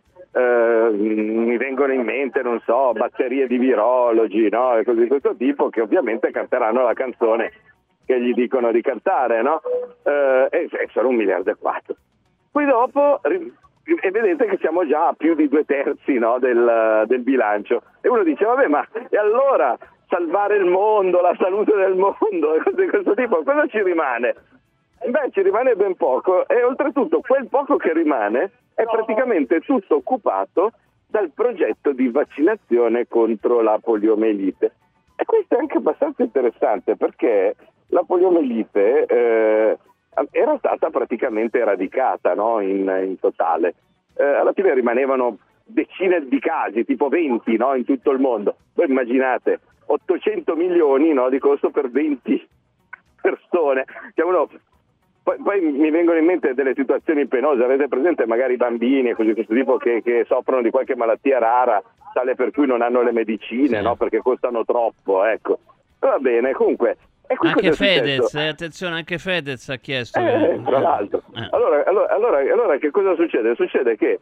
Mi vengono in mente, non so, batterie di virologi, no? E cose di questo tipo, che ovviamente canteranno la canzone che gli dicono di cantare, no? E sono 1,4 miliardi. Poi dopo e vedete che siamo già a più di 2/3, no, del bilancio. E uno dice, vabbè, ma e allora salvare il mondo, la salute del mondo e cose di questo tipo, cosa ci rimane? Beh, ci rimane ben poco, e oltretutto quel poco che rimane è praticamente tutto occupato dal progetto di vaccinazione contro la poliomelite. E questo è anche abbastanza interessante, perché la poliomelite era stata praticamente eradicata, no? in totale. Alla fine rimanevano decine di casi, tipo 20, no? In tutto il mondo. Voi immaginate 800 milioni, no? Di costo per 20 persone. Cioè poi mi vengono in mente delle situazioni penose. Avete presente magari bambini e così questo tipo che soffrono di qualche malattia rara, tale per cui non hanno le medicine, sì, no? Perché costano troppo, ecco. Va bene, comunque. Anche Fedez, attenzione, anche Fedez ha chiesto. Tra l'altro. Allora che cosa succede? Succede che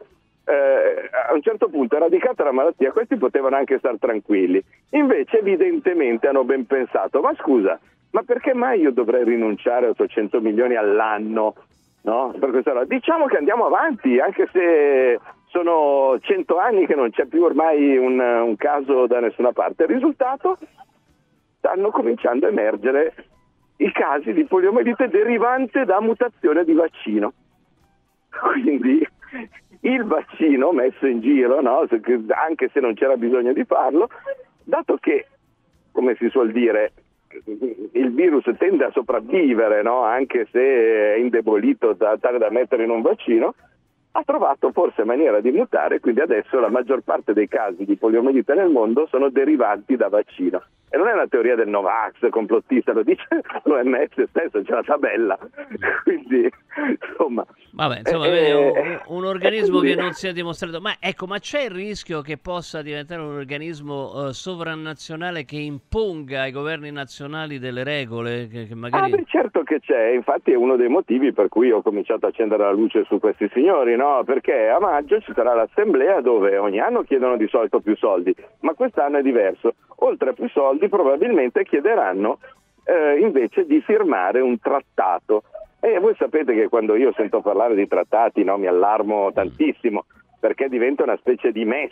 a un certo punto, eradicata la malattia, questi potevano anche star tranquilli. Invece evidentemente hanno ben pensato, ma scusa, ma perché mai io dovrei rinunciare a 800 milioni all'anno? No? Per questa diciamo che andiamo avanti, anche se sono 100 anni che non c'è più ormai un caso da nessuna parte. Il risultato? Stanno cominciando a emergere i casi di poliomelite derivante da mutazione di vaccino. Quindi il vaccino messo in giro, no? Anche se non c'era bisogno di farlo, dato che, come si suol dire, il virus tende a sopravvivere, no? Anche se è indebolito tale da mettere in un vaccino, ha trovato forse maniera di mutare, quindi adesso la maggior parte dei casi di poliomelite nel mondo sono derivanti da vaccino. E non è una teoria del Novax complottista, lo dice l'OMS stesso, c'è la tabella. Quindi, insomma... Vabbè, un organismo che non si è dimostrato... Ma ecco, ma c'è il rischio che possa diventare un organismo sovranazionale che imponga ai governi nazionali delle regole? Che magari... beh, certo che c'è, infatti è uno dei motivi per cui ho cominciato a accendere la luce su questi signori, no? Perché a maggio ci sarà l'assemblea dove ogni anno chiedono di solito più soldi, ma quest'anno è diverso. Oltre a più soldi probabilmente chiederanno invece di firmare un trattato. E voi sapete che quando io sento parlare di trattati, no, mi allarmo tantissimo, perché diventa una specie di MES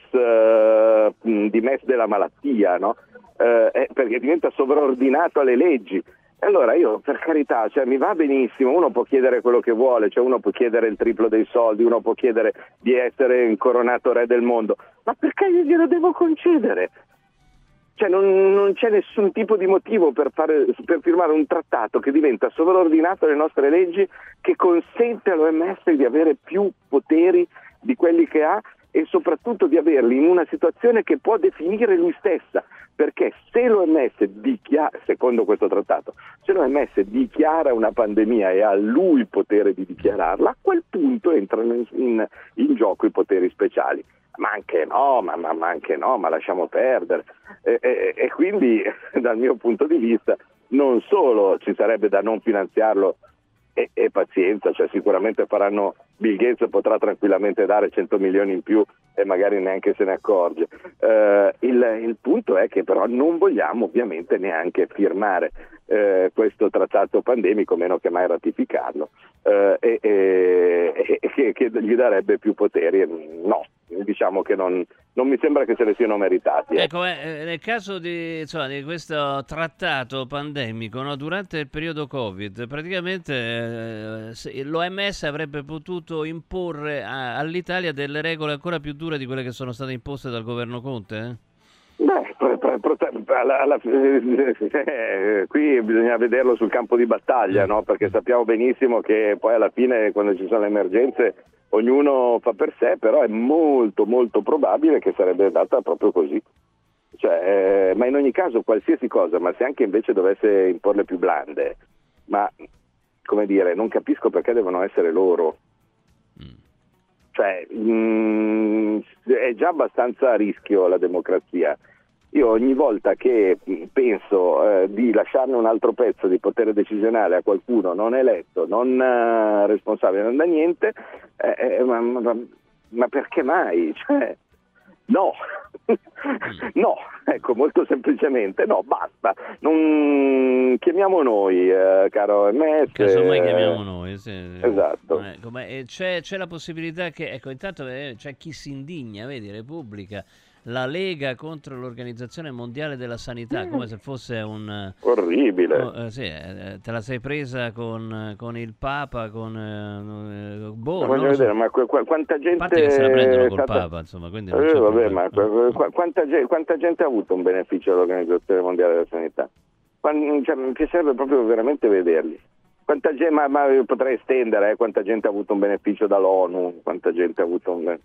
della malattia, no? Perché diventa sovraordinato alle leggi. E allora io, per carità, cioè, mi va benissimo, uno può chiedere quello che vuole, cioè uno può chiedere il triplo dei soldi, uno può chiedere di essere incoronato re del mondo, ma perché io glielo devo concedere? Cioè non c'è nessun tipo di motivo per firmare un trattato che diventa sovraordinato alle nostre leggi, che consente all'OMS di avere più poteri di quelli che ha e soprattutto di averli in una situazione che può definire lui stessa. Perché se l'OMS secondo questo trattato, se l'OMS dichiara una pandemia e ha lui il potere di dichiararla, a quel punto entrano in gioco i poteri speciali. Ma anche no, ma lasciamo perdere. E quindi dal mio punto di vista non solo ci sarebbe da non finanziarlo e pazienza, cioè sicuramente faranno Bill Gates potrà tranquillamente dare 100 milioni in più e magari neanche se ne accorge. Il punto è che però non vogliamo ovviamente neanche firmare questo trattato pandemico, meno che mai ratificarlo, che gli darebbe più poteri. No, diciamo che non mi sembra che se ne siano meritati. Ecco, nel caso di questo trattato pandemico, no, durante il periodo Covid, praticamente l'OMS avrebbe potuto imporre all'Italia delle regole ancora più dure di quelle che sono state imposte dal governo Conte? Qui bisogna vederlo sul campo di battaglia, no? Perché sappiamo benissimo che poi alla fine, quando ci sono le emergenze, ognuno fa per sé, però è molto molto probabile che sarebbe andata proprio così. Ma in ogni caso qualsiasi cosa, ma se anche invece dovesse imporle più blande, ma come dire, non capisco perché devono essere loro. È già abbastanza a rischio la democrazia. Io ogni volta che penso di lasciarne un altro pezzo di potere decisionale a qualcuno non eletto, non responsabile, non da niente, ma perché mai? No, no, ecco, molto semplicemente no, basta, non chiamiamo noi, caro MS. Casomai chiamiamo noi, sì. Esatto. C'è la possibilità che, ecco, intanto c'è chi si indigna, vedi, Repubblica, la Lega contro l'Organizzazione Mondiale della Sanità, come se fosse un... Orribile. Sì, te la sei presa con il Papa, voglio vedere, ma quanta gente... A parte che se la prendono col Papa, insomma, quindi non c'è ma quanta gente ha avuto un beneficio dall'Organizzazione Mondiale della Sanità? Mi piacerebbe proprio veramente vederli. Quanta gente, ma potrei estendere, quanta gente ha avuto un beneficio dall'ONU, quanta gente ha avuto un...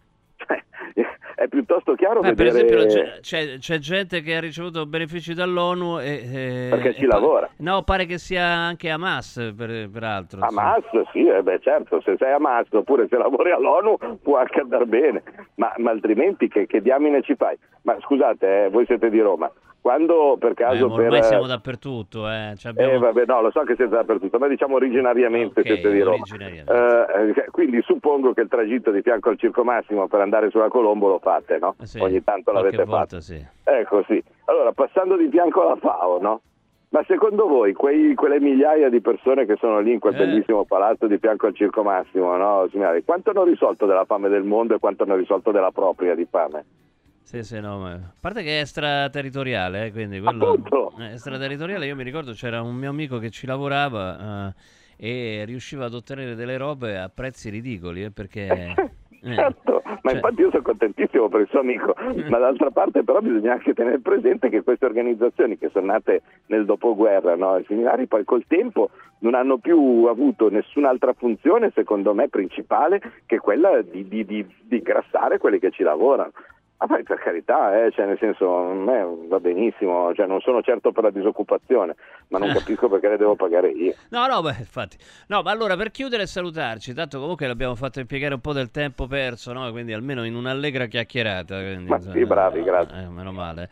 è piuttosto chiaro vedere... Per esempio c'è gente che ha ricevuto benefici dall'ONU perché ci lavora. No, pare che sia anche Hamas, peraltro. Hamas, sì, certo, se sei Hamas oppure se lavori all'ONU può anche andare bene, ma altrimenti che diamine ci fai? Ma scusate, voi siete di Roma. Quando per caso ormai siamo dappertutto, vabbè, no, lo so che siete dappertutto, ma diciamo originariamente siete di Roma. Quindi suppongo che il tragitto di fianco al Circo Massimo per andare sulla Colombo lo fate, no? Sì, ogni tanto l'avete fatto. Sì. Ecco, sì. Allora, passando di fianco alla FAO, no? Ma secondo voi quelle migliaia di persone che sono lì in quel bellissimo palazzo di fianco al Circo Massimo, no? Signori, quanto hanno risolto della fame del mondo e quanto hanno risolto della propria di fame? Sì, no, ma... a parte che è extraterritoriale, quindi quello extraterritoriale. Io mi ricordo c'era un mio amico che ci lavorava e riusciva ad ottenere delle robe a prezzi ridicoli, perché certo, ma infatti io sono contentissimo per il suo amico, ma d'altra parte però bisogna anche tenere presente che queste organizzazioni che sono nate nel dopoguerra, no, e similari, poi col tempo non hanno più avuto nessun'altra funzione, secondo me principale, che quella di ingrassare quelli che ci lavorano. Ma poi per carità, nel senso, a me va benissimo, non sono certo per la disoccupazione, ma non capisco perché le devo pagare io. No, infatti. No, ma allora per chiudere e salutarci, tanto comunque l'abbiamo fatto impiegare un po' del tempo perso, no? Quindi almeno in un'allegra chiacchierata. Quindi, ma sì, bravi, grazie. Meno male.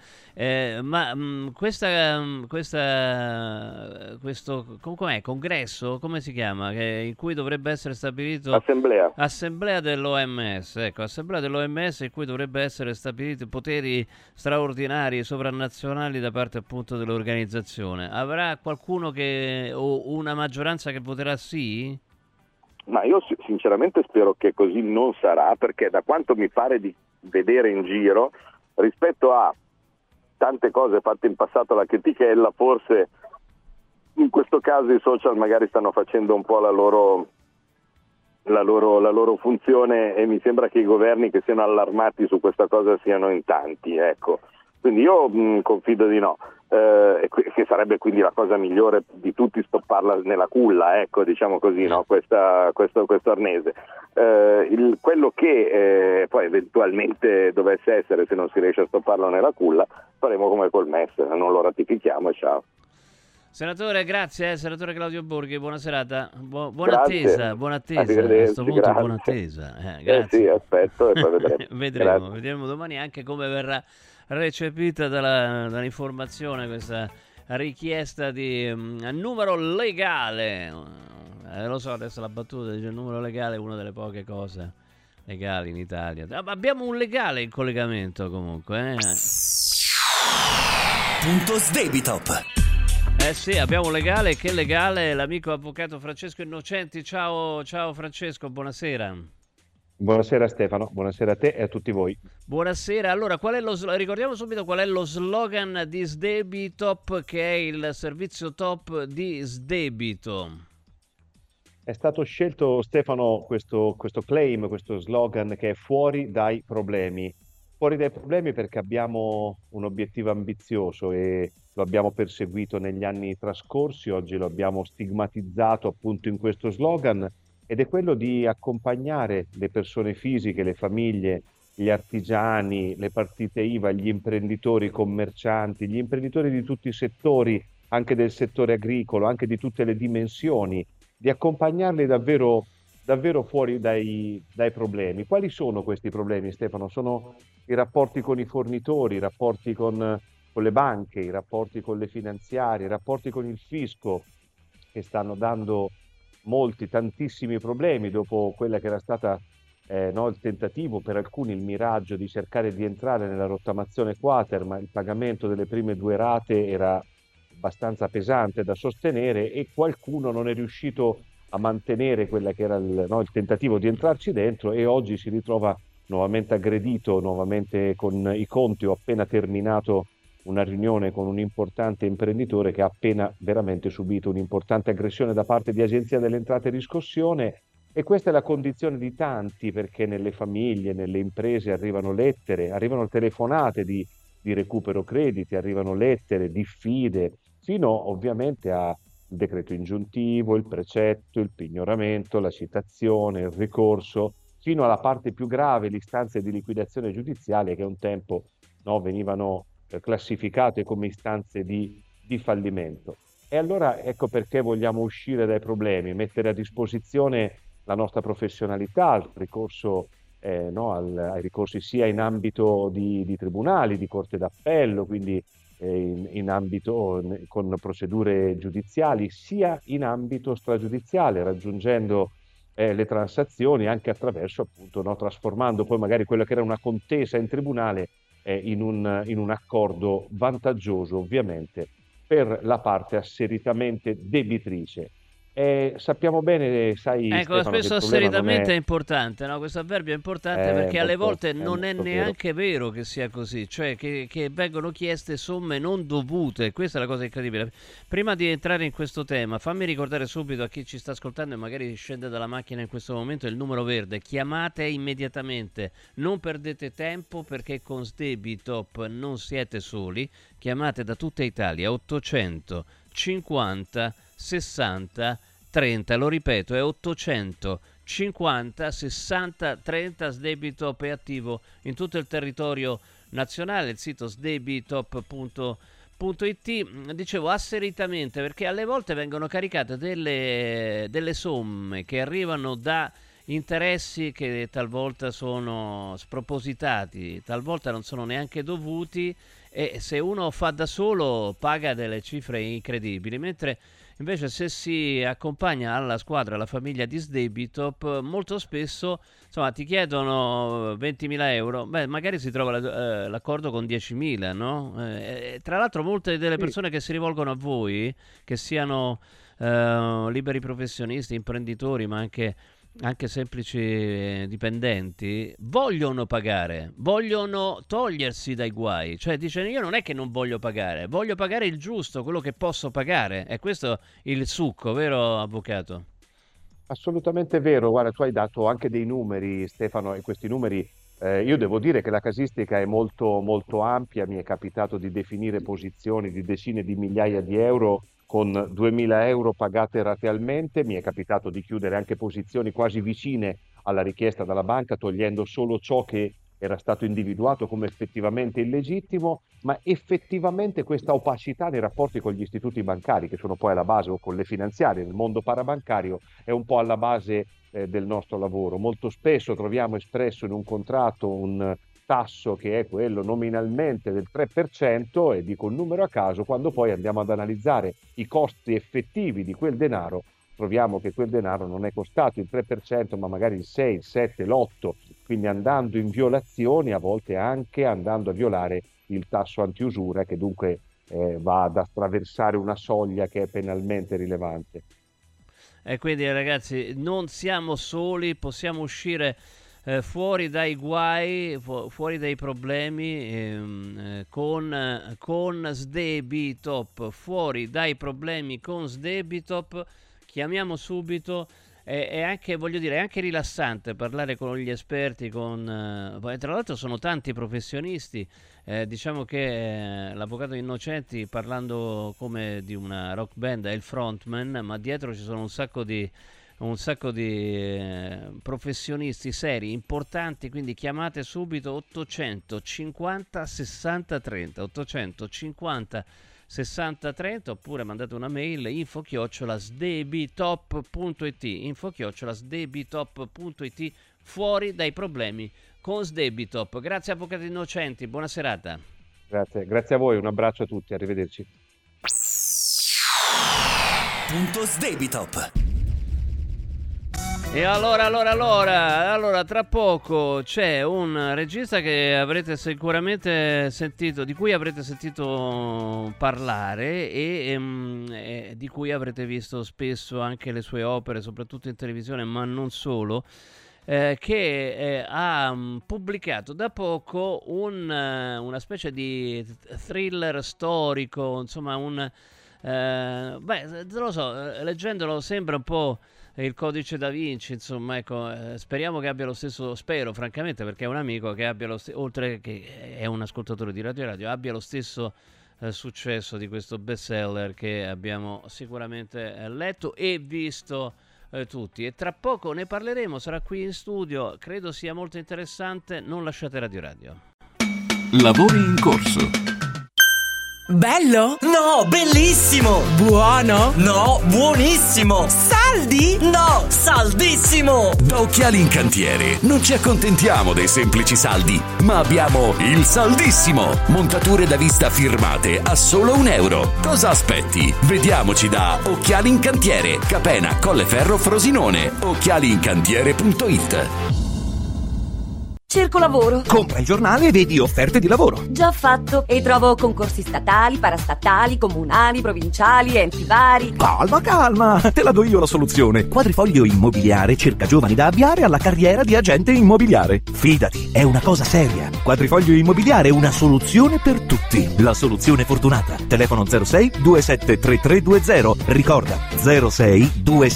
Questo com'è? Congresso? Come si chiama? In cui dovrebbe essere stabilito... Assemblea dell'OMS, ecco, Assemblea dell'OMS in cui dovrebbe essere stabiliti poteri straordinari, sovranazionali da parte appunto dell'organizzazione. Avrà qualcuno o una maggioranza che voterà sì? Ma io sinceramente spero che così non sarà, perché da quanto mi pare di vedere in giro, rispetto a tante cose fatte in passato alla chetichella, forse in questo caso i social magari stanno facendo un po' la loro funzione, e mi sembra che i governi che siano allarmati su questa cosa siano in tanti, ecco. Quindi io confido di no, che sarebbe quindi la cosa migliore di tutti, stopparla nella culla, ecco, diciamo così, no? questo arnese. Quello che poi eventualmente dovesse essere, se non si riesce a stopparlo nella culla, faremo come col MES, non lo ratifichiamo e ciao. Senatore, grazie, senatore Claudio Borghi, buona serata, buona Grazie. attesa, a questo punto grazie. Buona attesa. Grazie. Sì, aspetto e poi vedremo. Vedremo domani anche come verrà recepita dall'informazione questa richiesta di numero legale Lo so, adesso la battuta dice il numero legale è una delle poche cose legali in Italia. Ma abbiamo un legale in collegamento comunque. Punto Sdebitop. Sì, abbiamo un legale. Che legale? L'amico avvocato Francesco Innocenti. Ciao Francesco, buonasera. Buonasera Stefano, buonasera a te e a tutti voi. Buonasera. Allora, ricordiamo subito qual è lo slogan di Sdebitop, che è il servizio top di Sdebito. È stato scelto, Stefano, questo claim, questo slogan che è fuori dai problemi. Fuori dai problemi perché abbiamo un obiettivo ambizioso e lo abbiamo perseguito negli anni trascorsi, oggi lo abbiamo stigmatizzato appunto in questo slogan, ed è quello di accompagnare le persone fisiche, le famiglie, gli artigiani, le partite IVA, gli imprenditori, i commercianti, gli imprenditori di tutti i settori, anche del settore agricolo, anche di tutte le dimensioni, di accompagnarli davvero fuori dai problemi. Quali sono questi problemi, Stefano? Sono i rapporti con i fornitori, i rapporti con le banche, i rapporti con le finanziarie, i rapporti con il fisco, che stanno dando tantissimi problemi dopo quella che era stata il tentativo, per alcuni il miraggio di cercare di entrare nella rottamazione quater, ma il pagamento delle prime 2 rate era abbastanza pesante da sostenere e qualcuno non è riuscito a mantenere quella che era il tentativo di entrarci dentro, e oggi si ritrova nuovamente aggredito, nuovamente con i conti. Ho appena terminato una riunione con un importante imprenditore che ha appena veramente subito un'importante aggressione da parte di Agenzia delle Entrate e Riscossione, e questa è la condizione di tanti, perché nelle famiglie, nelle imprese arrivano lettere, arrivano telefonate di recupero crediti, arrivano lettere, diffide, fino ovviamente al decreto ingiuntivo, il precetto, il pignoramento, la citazione, il ricorso, fino alla parte più grave, le istanze di liquidazione giudiziaria, che un tempo venivano classificate come istanze di fallimento. E allora ecco perché vogliamo uscire dai problemi, mettere a disposizione la nostra professionalità, il ricorso ai ricorsi sia in ambito di tribunali, di corte d'appello, quindi in ambito con procedure giudiziali, sia in ambito stragiudiziale, raggiungendo le transazioni anche attraverso, appunto, trasformando poi magari quella che era una contesa in tribunale in un accordo vantaggioso, ovviamente, per la parte asseritamente debitrice. Sappiamo bene, Ecco, spesso asseritamente è importante, no? Questo avverbio è importante perché alle volte non è neanche vero che sia così, cioè che vengono chieste somme non dovute. Questa è la cosa incredibile. Prima di entrare in questo tema, fammi ricordare subito a chi ci sta ascoltando e magari scende dalla macchina in questo momento il numero verde. Chiamate immediatamente, non perdete tempo, perché con Sdebitop non siete soli. Chiamate da tutta Italia, 850 60 30, lo ripeto, è 850 60 30. Sdebitop è attivo in tutto il territorio nazionale, il sito sdebitop.it. Dicevo asseritamente perché alle volte vengono caricate delle somme che arrivano da interessi che talvolta sono spropositati, talvolta non sono neanche dovuti, e se uno fa da solo paga delle cifre incredibili, mentre invece se si accompagna alla squadra, alla famiglia di Sdebitop, molto spesso ti chiedono 20.000 euro, magari si trova l'accordo con 10.000, no? Tra l'altro molte delle persone che si rivolgono a voi, che siano liberi professionisti, imprenditori, ma anche semplici dipendenti, vogliono pagare, vogliono togliersi dai guai, cioè dicono io non è che non voglio pagare il giusto, quello che posso pagare. E questo il succo, vero avvocato? Assolutamente vero. Guarda, tu hai dato anche dei numeri, Stefano, e questi numeri io devo dire che la casistica è molto molto ampia. Mi è capitato di definire posizioni di decine di migliaia di euro con 2.000 euro pagate ratealmente. Mi è capitato di chiudere anche posizioni quasi vicine alla richiesta dalla banca, togliendo solo ciò che era stato individuato come effettivamente illegittimo, ma effettivamente questa opacità nei rapporti con gli istituti bancari, che sono poi alla base, o con le finanziarie, nel mondo parabancario, è un po' alla base del nostro lavoro. Molto spesso troviamo espresso in un contratto un tasso che è quello nominalmente del 3%, e dico un numero a caso, quando poi andiamo ad analizzare i costi effettivi di quel denaro troviamo che quel denaro non è costato il 3%, ma magari il 6, il 7, l'8%, quindi andando in violazioni, a volte anche andando a violare il tasso antiusura, che dunque va ad attraversare una soglia che è penalmente rilevante. E quindi ragazzi non siamo soli, possiamo uscire fuori dai guai, fuori dai problemi con Sdebitop, fuori dai problemi con Sdebitop. Chiamiamo subito. È anche, voglio dire, è anche rilassante parlare con gli esperti, tra l'altro sono tanti professionisti, diciamo che l'avvocato Innocenti, parlando come di una rock band, è il frontman, ma dietro ci sono un sacco di professionisti seri, importanti, quindi chiamate subito 850 60 30, 850 60 30, oppure mandate una mail info@sdebitop.it, fuori dai problemi con Sdebitop. Grazie avvocato Innocenti, buona serata. Grazie a voi, un abbraccio a tutti, arrivederci. Sdebitop. E allora, tra poco c'è un regista che avrete sicuramente sentito, di cui avrete sentito parlare e di cui avrete visto spesso anche le sue opere, soprattutto in televisione, ma non solo, che ha pubblicato da poco una specie di thriller storico, insomma non lo so, leggendolo sembra un po' il Codice da Vinci, insomma, ecco, speriamo che abbia lo stesso, spero francamente, perché è un amico che abbia oltre che è un ascoltatore di Radio, abbia lo stesso successo di questo bestseller che abbiamo sicuramente letto e visto tutti, e tra poco ne parleremo, sarà qui in studio, credo sia molto interessante, non lasciate Radio. Lavori in corso. Bello? No, bellissimo! Buono? No, buonissimo! Saldi? No, saldissimo! Da Occhiali in Cantiere non ci accontentiamo dei semplici saldi, ma abbiamo il saldissimo! Montature da vista firmate a solo €1. Cosa aspetti? Vediamoci da Occhiali in Cantiere, Capena, Colleferro, Frosinone. occhialiincantiere.it. Cerco lavoro. Compra il giornale e vedi offerte di lavoro. Già fatto. E trovo concorsi statali, parastatali, comunali, provinciali, enti vari. Calma, te la do io la soluzione. Quadrifoglio Immobiliare cerca giovani da avviare alla carriera di agente immobiliare. Fidati, è una cosa seria. Quadrifoglio Immobiliare è una soluzione per tutti. La soluzione fortunata. Telefono 06 273320. Ricorda, 06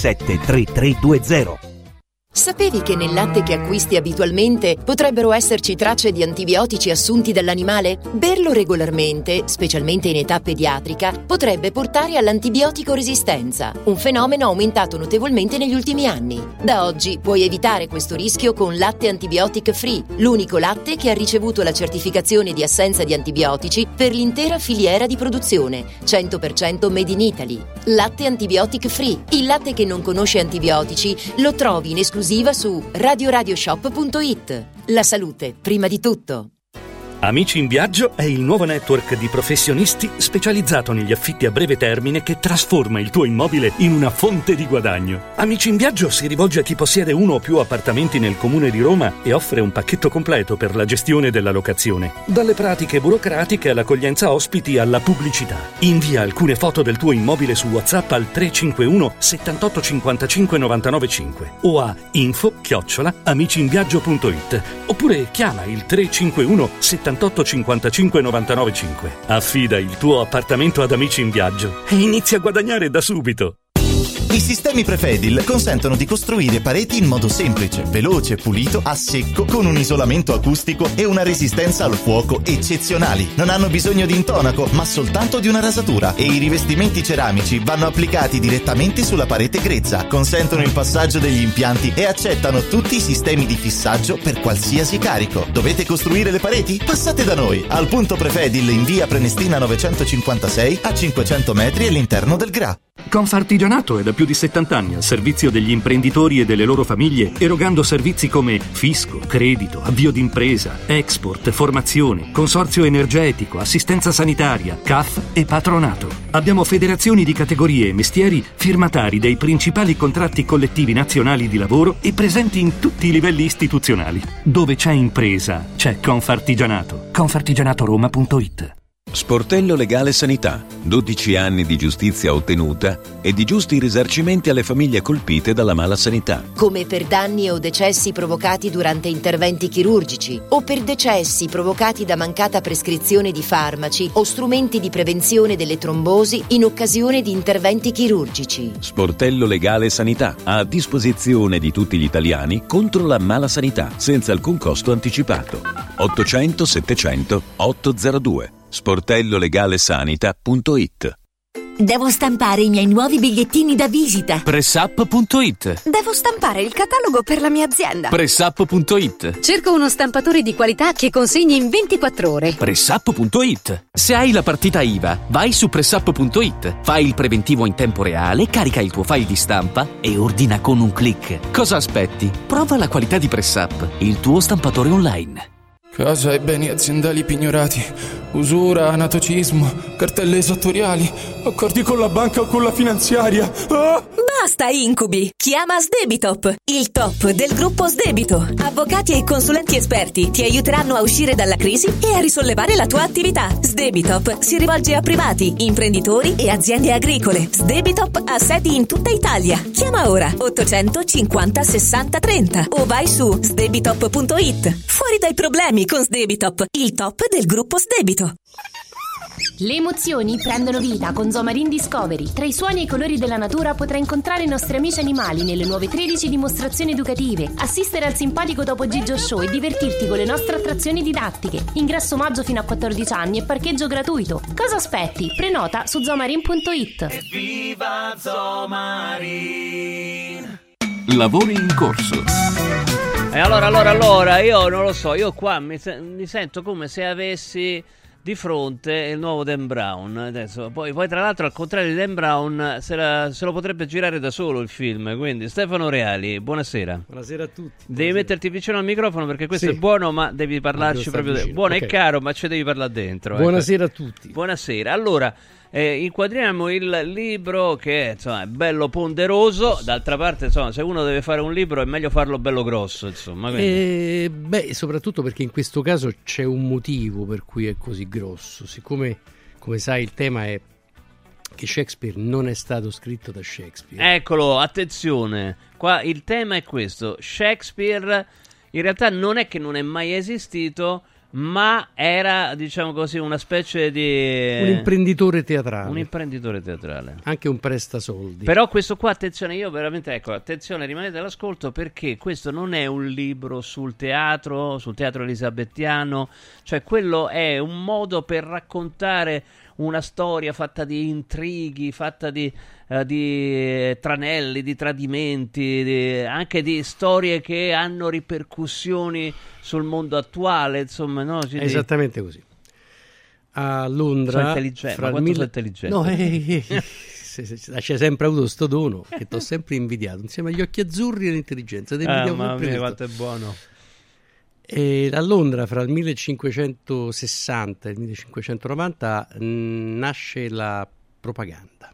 273320. Sapevi che nel latte che acquisti abitualmente potrebbero esserci tracce di antibiotici assunti dall'animale? Berlo regolarmente, specialmente in età pediatrica, potrebbe portare all'antibiotico resistenza, un fenomeno aumentato notevolmente negli ultimi anni. Da oggi puoi evitare questo rischio con Latte Antibiotic Free, l'unico latte che ha ricevuto la certificazione di assenza di antibiotici per l'intera filiera di produzione, 100% made in Italy. Latte Antibiotic Free, il latte che non conosce antibiotici, lo trovi in esclusiva su radioradioshop.it. La salute, prima di tutto. Amici in Viaggio è il nuovo network di professionisti specializzato negli affitti a breve termine che trasforma il tuo immobile in una fonte di guadagno. Amici in Viaggio si rivolge a chi possiede uno o più appartamenti nel comune di Roma e offre un pacchetto completo per la gestione della locazione. Dalle pratiche burocratiche all'accoglienza ospiti alla pubblicità. Invia alcune foto del tuo immobile su WhatsApp al 351 78 55 99 5 o a info@amiciinviaggio.it oppure chiama il 351 78 55 99 5. Affida il tuo appartamento ad Amici in Viaggio e inizia a guadagnare da subito. I sistemi Prefedil consentono di costruire pareti in modo semplice, veloce, pulito, a secco, con un isolamento acustico e una resistenza al fuoco eccezionali. Non hanno bisogno di intonaco, ma soltanto di una rasatura, e i rivestimenti ceramici vanno applicati direttamente sulla parete grezza, consentono il passaggio degli impianti e accettano tutti i sistemi di fissaggio per qualsiasi carico. Dovete costruire le pareti? Passate da noi, al punto Prefedil in via Prenestina 956 a 500 metri all'interno del GRA. Confartigianato è da più di 70 anni al servizio degli imprenditori e delle loro famiglie, erogando servizi come fisco, credito, avvio d'impresa, export, formazione, consorzio energetico, assistenza sanitaria, CAF e patronato. Abbiamo federazioni di categorie e mestieri firmatari dei principali contratti collettivi nazionali di lavoro e presenti in tutti i livelli istituzionali. Dove c'è impresa, c'è Confartigianato. Confartigianatoroma.it. Sportello Legale Sanità. 12 anni di giustizia ottenuta e di giusti risarcimenti alle famiglie colpite dalla mala sanità. Come per danni o decessi provocati durante interventi chirurgici o per decessi provocati da mancata prescrizione di farmaci o strumenti di prevenzione delle trombosi in occasione di interventi chirurgici. Sportello Legale Sanità, a disposizione di tutti gli italiani contro la mala sanità, senza alcun costo anticipato. 800 700 802. sportellolegalesanita.it. Devo stampare i miei nuovi bigliettini da visita. Pressup.it. Devo stampare il catalogo per la mia azienda. Pressup.it. Cerco uno stampatore di qualità che consegni in 24 ore. Pressup.it. Se hai la partita IVA, vai su Pressup.it. Fai il preventivo in tempo reale, carica il tuo file di stampa e ordina con un click. Cosa aspetti? Prova la qualità di Pressup, il tuo stampatore online. Casa e beni aziendali pignorati, usura, anatocismo, cartelle esattoriali, accordi con la banca o con la finanziaria. Ah! Basta incubi! Chiama Sdebitop, il top del gruppo Sdebito. Avvocati e consulenti esperti ti aiuteranno a uscire dalla crisi e a risollevare la tua attività. Sdebitop si rivolge a privati, imprenditori e aziende agricole. Sdebitop ha sedi in tutta Italia. Chiama ora 850 60 30 o vai su sdebitop.it. Fuori dai problemi con Sdebitop, il top del gruppo Sdebito. Le emozioni prendono vita con Zomarin Discovery. Tra i suoni e i colori della natura potrai incontrare i nostri amici animali nelle nuove 13 dimostrazioni educative, assistere al simpatico Topo Gigio Show e divertirti con le nostre attrazioni didattiche. Ingresso omaggio fino a 14 anni e parcheggio gratuito. Cosa aspetti? Prenota su zomarin.it. Viva Zomarin! Lavori in corso. E allora, io non lo so, io qua mi sento come se avessi di fronte il nuovo Dan Brown. Adesso, poi tra l'altro, al contrario di Dan Brown, se lo potrebbe girare da solo il film. Quindi Stefano Reali, buonasera. Buonasera a tutti. Devi metterti vicino al microfono perché questo è buono, ma devi parlarci proprio buono e caro, ma ci devi parlare dentro. Buonasera a tutti. Buonasera. Allora, inquadriamo il libro che insomma è bello ponderoso. D'altra parte, insomma, se uno deve fare un libro è meglio farlo bello grosso, insomma. Soprattutto perché in questo caso c'è un motivo per cui è così grosso. Siccome, come sai, il tema è che Shakespeare non è stato scritto da Shakespeare. Eccolo, attenzione. Qua il tema è questo. Shakespeare in realtà non è che non è mai esistito, ma era, diciamo così, una specie di... Un imprenditore teatrale. Anche un prestasoldi. Però questo qua, attenzione, io veramente, attenzione, rimanete all'ascolto, perché questo non è un libro sul teatro elisabettiano, cioè quello è un modo per raccontare una storia fatta di intrighi, fatta di tranelli, di tradimenti, anche di storie che hanno ripercussioni sul mondo attuale, insomma, no? Esattamente così. A Londra, sono intelligente, ma quanto sono intelligente? No, c'è sempre avuto sto dono che t'ho sempre invidiato, insieme agli occhi azzurri e all'intelligenza. Mamma mia, quanto è buono. E a Londra, fra il 1560 e il 1590, nasce la propaganda.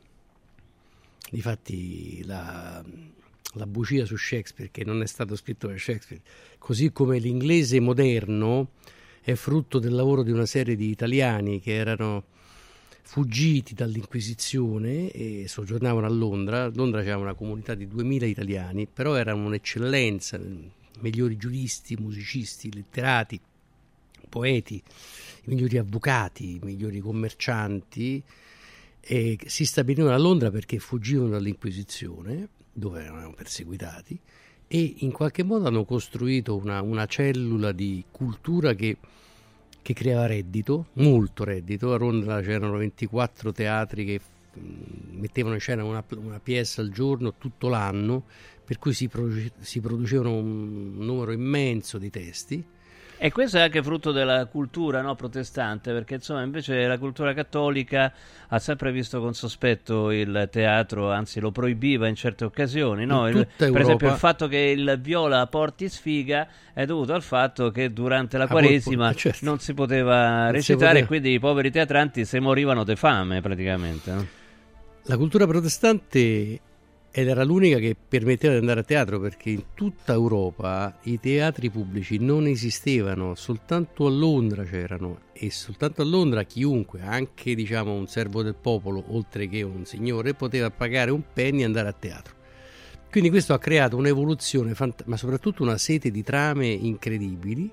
Difatti la bugia su Shakespeare, che non è stato scritto da Shakespeare, così come l'inglese moderno è frutto del lavoro di una serie di italiani che erano fuggiti dall'Inquisizione e soggiornavano a Londra. A Londra c'era una comunità di 2000 italiani, però erano un'eccellenza, migliori giuristi, musicisti, letterati, poeti, i migliori avvocati, i migliori commercianti, e si stabilirono a Londra perché fuggivano dall'Inquisizione, dove erano perseguitati, e in qualche modo hanno costruito una cellula di cultura che creava reddito, molto reddito. A Londra c'erano 24 teatri che mettevano in scena una pièce al giorno tutto l'anno, per cui si producevano un numero immenso di testi, E questo è anche frutto della cultura, no, protestante, perché insomma invece la cultura cattolica ha sempre visto con sospetto il teatro, anzi lo proibiva in certe occasioni, no? Per esempio il fatto che il viola porti sfiga è dovuto al fatto che durante la Quaresima non si poteva recitare, e quindi i poveri teatranti se morivano di fame praticamente, no? La cultura protestante era l'unica che permetteva di andare a teatro, perché in tutta Europa i teatri pubblici non esistevano, soltanto a Londra c'erano, e soltanto a Londra chiunque, anche diciamo un servo del popolo oltre che un signore, poteva pagare un penny e andare a teatro. Quindi questo ha creato un'evoluzione, ma soprattutto una sete di trame incredibili,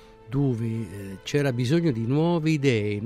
dove c'era bisogno di nuove idee.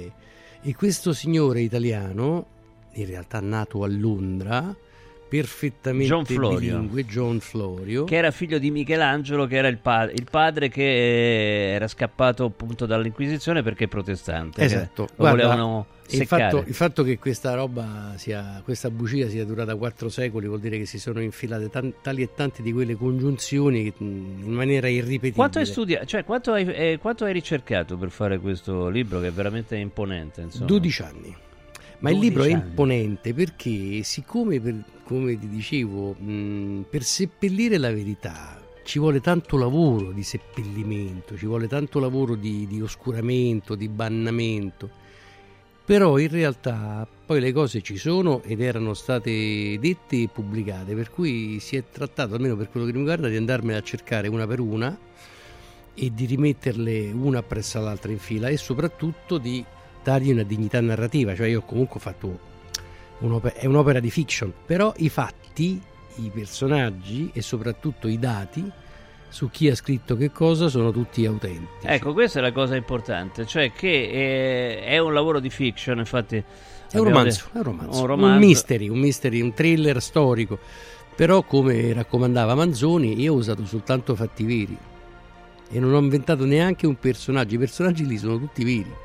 E questo signore italiano, in realtà nato a Londra, perfettamente bilingue, John Florio, che era figlio di Michelangelo, che era il padre che era scappato appunto dall'Inquisizione perché protestante. Esatto. Lo volevano seccare. Il fatto che questa roba questa bugia sia durata 4 secoli vuol dire che si sono infilate tali e tante di quelle congiunzioni in maniera irripetibile. Quanto hai studiato, cioè quanto hai ricercato per fare questo libro, che è veramente imponente, insomma? 12 anni. Ma il libro è imponente perché, siccome, come ti dicevo, per seppellire la verità ci vuole tanto lavoro di seppellimento, ci vuole tanto lavoro di oscuramento, di bannamento, però in realtà poi le cose ci sono ed erano state dette e pubblicate, per cui si è trattato, almeno per quello che mi riguarda, di andarmene a cercare una per una e di rimetterle una appresso all'altra in fila, e soprattutto di dargli una dignità narrativa. Cioè io comunque ho fatto è un'opera di fiction, però i fatti, i personaggi e soprattutto i dati su chi ha scritto che cosa sono tutti autentici. Ecco, questa è la cosa importante, cioè che è un lavoro di fiction, infatti è un romanzo, un mystery, un thriller storico, però come raccomandava Manzoni io ho usato soltanto fatti veri e non ho inventato neanche un personaggio, i personaggi lì sono tutti veri.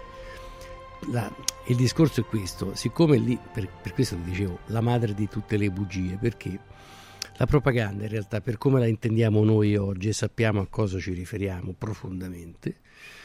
Il discorso è questo, siccome lì, per questo ti dicevo, la madre di tutte le bugie, perché la propaganda in realtà, per come la intendiamo noi oggi e sappiamo a cosa ci riferiamo profondamente,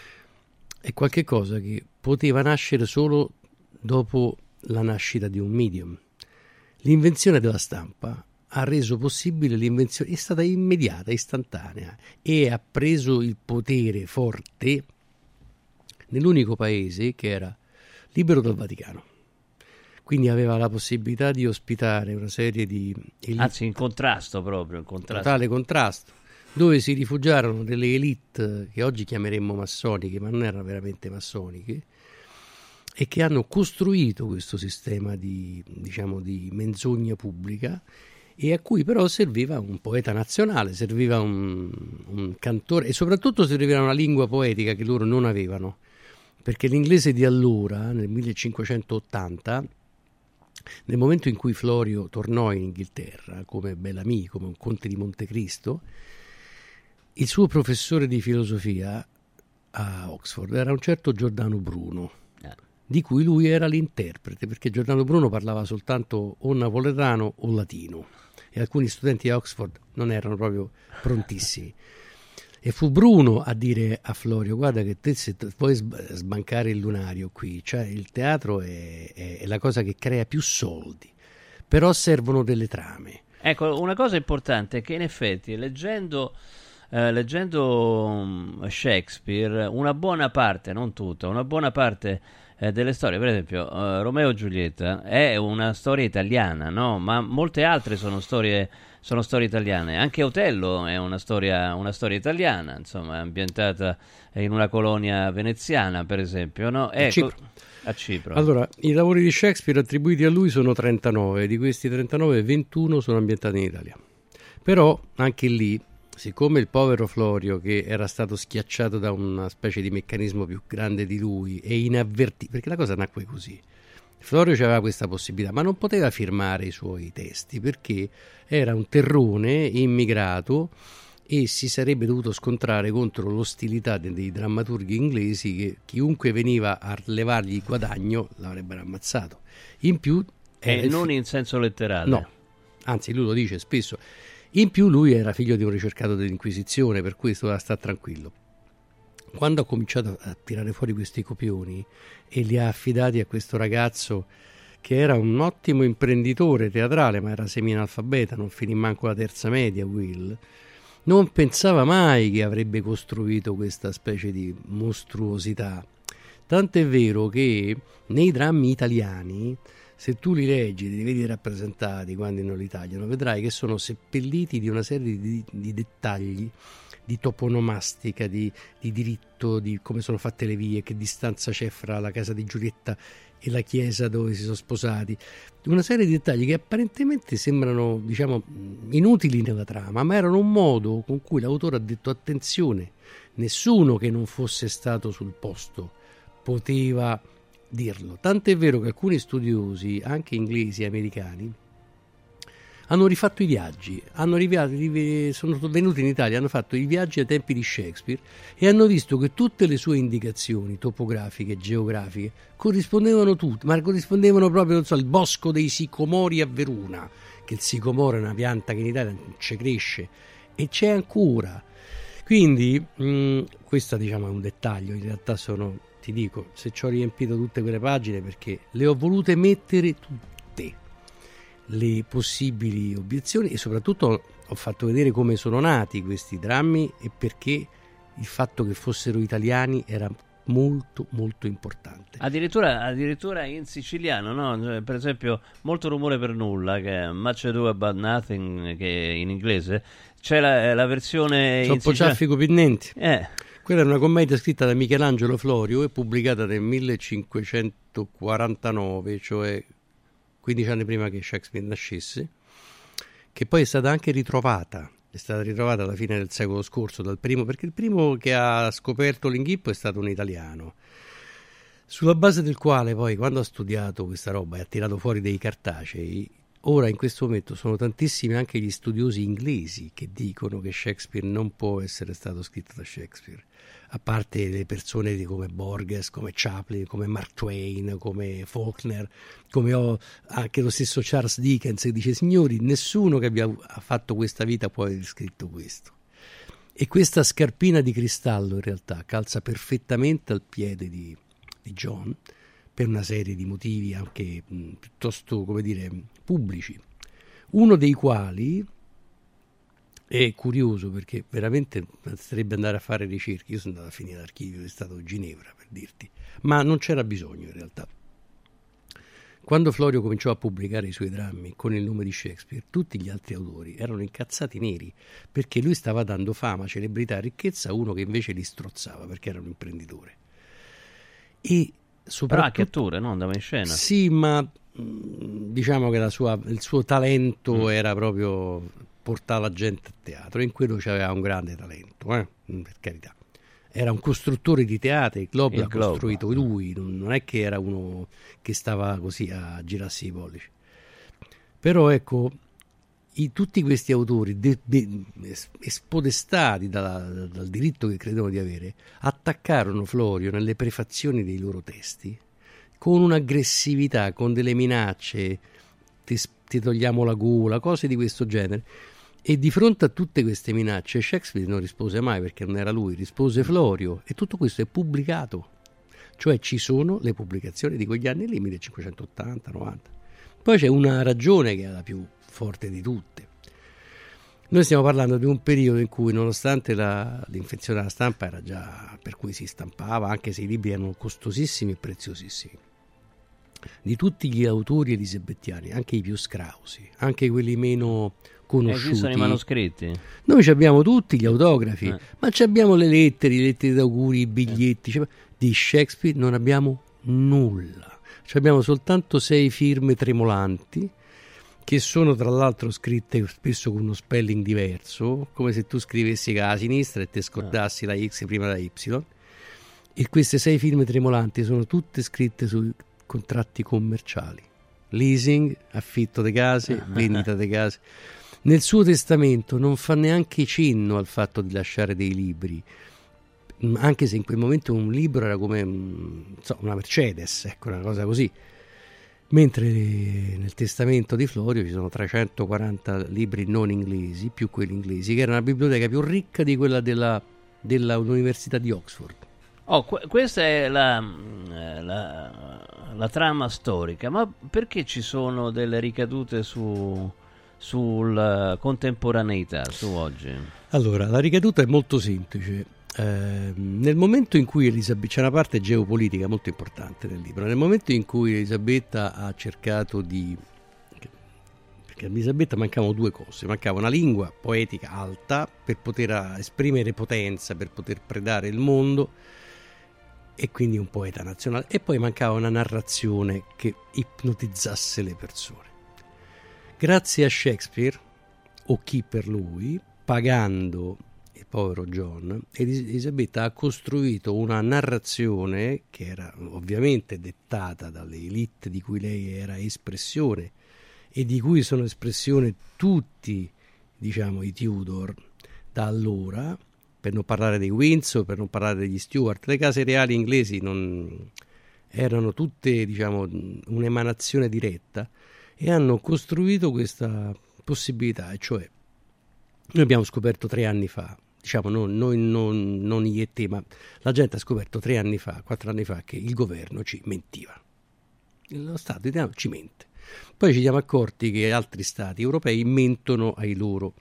è qualche cosa che poteva nascere solo dopo la nascita di un medium. L'invenzione della stampa ha reso possibile l'invenzione, è stata immediata, istantanea, e ha preso il potere forte nell'unico paese che era libero dal Vaticano, quindi aveva la possibilità di ospitare una serie di anzi in contrasto, totale contrasto, dove si rifugiarono delle elite che oggi chiameremmo massoniche, ma non erano veramente massoniche, e che hanno costruito questo sistema di menzogna pubblica, e a cui però serviva un poeta nazionale, serviva un cantore, e soprattutto serviva una lingua poetica che loro non avevano, perché l'inglese di allora, nel 1580, nel momento in cui Florio tornò in Inghilterra come Bellamy, come un conte di Montecristo, il suo professore di filosofia a Oxford era un certo Giordano Bruno, di cui lui era l'interprete, perché Giordano Bruno parlava soltanto o napoletano o latino, e alcuni studenti a Oxford non erano proprio prontissimi. E fu Bruno a dire a Florio: guarda che te, se puoi sbancare il lunario qui, cioè il teatro è la cosa che crea più soldi, però servono delle trame. Ecco, una cosa importante è che in effetti leggendo Shakespeare, una buona parte, non tutta, una buona parte delle storie, per esempio Romeo e Giulietta è una storia italiana, no? Ma molte altre sono storie italiane. Anche Otello è una storia italiana, insomma, è ambientata in una colonia veneziana, per esempio, no? A Cipro. Allora, i lavori di Shakespeare attribuiti a lui sono 39, di questi 39 21 sono ambientati in Italia. Però anche lì, siccome il povero Florio, che era stato schiacciato da una specie di meccanismo più grande di lui e inavvertito, perché la cosa nacque così, Florio aveva questa possibilità, ma non poteva firmare i suoi testi perché era un terrone immigrato e si sarebbe dovuto scontrare contro l'ostilità dei drammaturghi inglesi, che chiunque veniva a levargli il guadagno l'avrebbero ammazzato. In più non in senso letterale. No, anzi lui lo dice spesso. In più lui era figlio di un ricercato dell'Inquisizione, per questo doveva stare tranquillo. quando ha cominciato a tirare fuori questi copioni e li ha affidati a questo ragazzo che era un ottimo imprenditore teatrale, ma era semi-analfabeta, non finì manco la terza media, Will, non pensava mai che avrebbe costruito questa specie di mostruosità. Tant'è vero che nei drammi italiani, se tu li leggi, li vedi rappresentati quando non li tagliano, vedrai che sono seppelliti di una serie di dettagli, di toponomastica, di diritto, di come sono fatte le vie, che distanza c'è fra la casa di Giulietta e la chiesa dove si sono sposati. Una serie di dettagli che apparentemente sembrano, diciamo, inutili nella trama, ma erano un modo con cui l'autore ha detto: attenzione, nessuno che non fosse stato sul posto poteva dirlo. Tant'è vero che alcuni studiosi, anche inglesi e americani, hanno rifatto i viaggi, sono venuti in Italia, hanno fatto i viaggi ai tempi di Shakespeare e hanno visto che tutte le sue indicazioni topografiche, geografiche, corrispondevano tutte, ma corrispondevano proprio, non so, il bosco dei sicomori a Verona, che il sicomoro è una pianta che in Italia non ci cresce e c'è ancora. Quindi questo, diciamo, è un dettaglio, in realtà sono, ti dico, se ci ho riempito tutte quelle pagine perché le ho volute mettere tutte le possibili obiezioni e soprattutto ho fatto vedere come sono nati questi drammi e perché il fatto che fossero italiani era molto molto importante. Addirittura in siciliano, no? Cioè, per esempio, Molto rumore per nulla, che è Much Ado About Nothing, che in inglese c'è la versione Troppo ciaffi copinnenti. Quella è una commedia scritta da Michelangelo Florio e pubblicata nel 1549, cioè 15 anni prima che Shakespeare nascesse, che poi è stata anche ritrovata. È stata ritrovata alla fine del secolo scorso dal primo, perché il primo che ha scoperto l'inghippo è stato un italiano, sulla base del quale poi, quando ha studiato questa roba e ha tirato fuori dei cartacei, ora in questo momento sono tantissimi anche gli studiosi inglesi che dicono che Shakespeare non può essere stato scritto da Shakespeare, a parte le persone come Borges, come Chaplin, come Mark Twain, come Faulkner, come anche lo stesso Charles Dickens, che dice: signori, nessuno che abbia fatto questa vita può aver scritto questo. E questa scarpina di cristallo in realtà calza perfettamente al piede di John, per una serie di motivi anche piuttosto, come dire, pubblici, uno dei quali è curioso perché veramente sarebbe andare a fare ricerche. Io sono andato a finire l'archivio di Stato di Ginevra, per dirti, ma non c'era bisogno in realtà. Quando Florio cominciò a pubblicare i suoi drammi con il nome di Shakespeare, tutti gli altri autori erano incazzati neri, perché lui stava dando fama, celebrità, ricchezza a uno che invece li strozzava perché era un imprenditore. E però anche attore, no? Andava in scena. Sì, ma diciamo che il suo talento era proprio portare la gente a teatro, e in quello c'aveva un grande talento, per carità. Era un costruttore di teatri, il Globo l'ha costruito lui, non è che era uno che stava così a girarsi i pollici. Però ecco, tutti questi autori spodestati dal diritto che credevano di avere, attaccarono Florio nelle prefazioni dei loro testi con un'aggressività, con delle minacce, ti togliamo la gola, cose di questo genere. E di fronte a tutte queste minacce Shakespeare non rispose mai, perché non era lui, rispose Florio, e tutto questo è pubblicato, cioè ci sono le pubblicazioni di quegli anni lì, 1580-90. Poi c'è una ragione che è la più forte di tutte. Noi stiamo parlando di un periodo in cui, nonostante l'infezione alla stampa era già, per cui si stampava, anche se i libri erano costosissimi e preziosissimi, di tutti gli autori elisabettiani, anche i più scrausi, anche quelli meno conosciuti. Sono i manoscritti. Noi abbiamo tutti gli autografi, ma abbiamo le lettere d'auguri, i biglietti. Di Shakespeare non abbiamo nulla. Abbiamo soltanto 6 firme tremolanti, che sono tra l'altro scritte spesso con uno spelling diverso, come se tu scrivessi alla sinistra e te scordassi la X prima da Y. E queste 6 firme tremolanti sono tutte scritte sui contratti commerciali, leasing, affitto di case, vendita di case. Nel suo testamento non fa neanche cenno al fatto di lasciare dei libri, anche se in quel momento un libro era come una Mercedes, ecco, una cosa così. Mentre nel testamento di Florio ci sono 340 libri non inglesi, più quelli inglesi, che era una biblioteca più ricca di quella della dell'Università di Oxford. Questa è la trama storica, ma perché ci sono delle ricadute sulla contemporaneità, su oggi? Allora, la ricaduta è molto semplice. Nel momento in cui c'è una parte geopolitica molto importante nel libro, nel momento in cui Elisabetta ha cercato perché a Elisabetta mancavano due cose: mancava una lingua poetica alta per poter esprimere potenza, per poter predare il mondo, e quindi un poeta nazionale, e poi mancava una narrazione che ipnotizzasse le persone. Grazie a Shakespeare, o chi per lui, pagando il povero John, Elisabetta ha costruito una narrazione che era ovviamente dettata dalle elite di cui lei era espressione e di cui sono espressione tutti, diciamo, i Tudor da allora, per non parlare dei Windsor, per non parlare degli Stuart. Le case reali inglesi erano tutte, diciamo, un'emanazione diretta, e hanno costruito questa possibilità, e cioè noi abbiamo scoperto 3 anni fa, diciamo non io e te, ma la gente ha scoperto 3 anni fa, 4 anni fa, che il governo ci mentiva, lo Stato italiano ci mente. Poi ci siamo accorti che altri stati europei mentono ai loro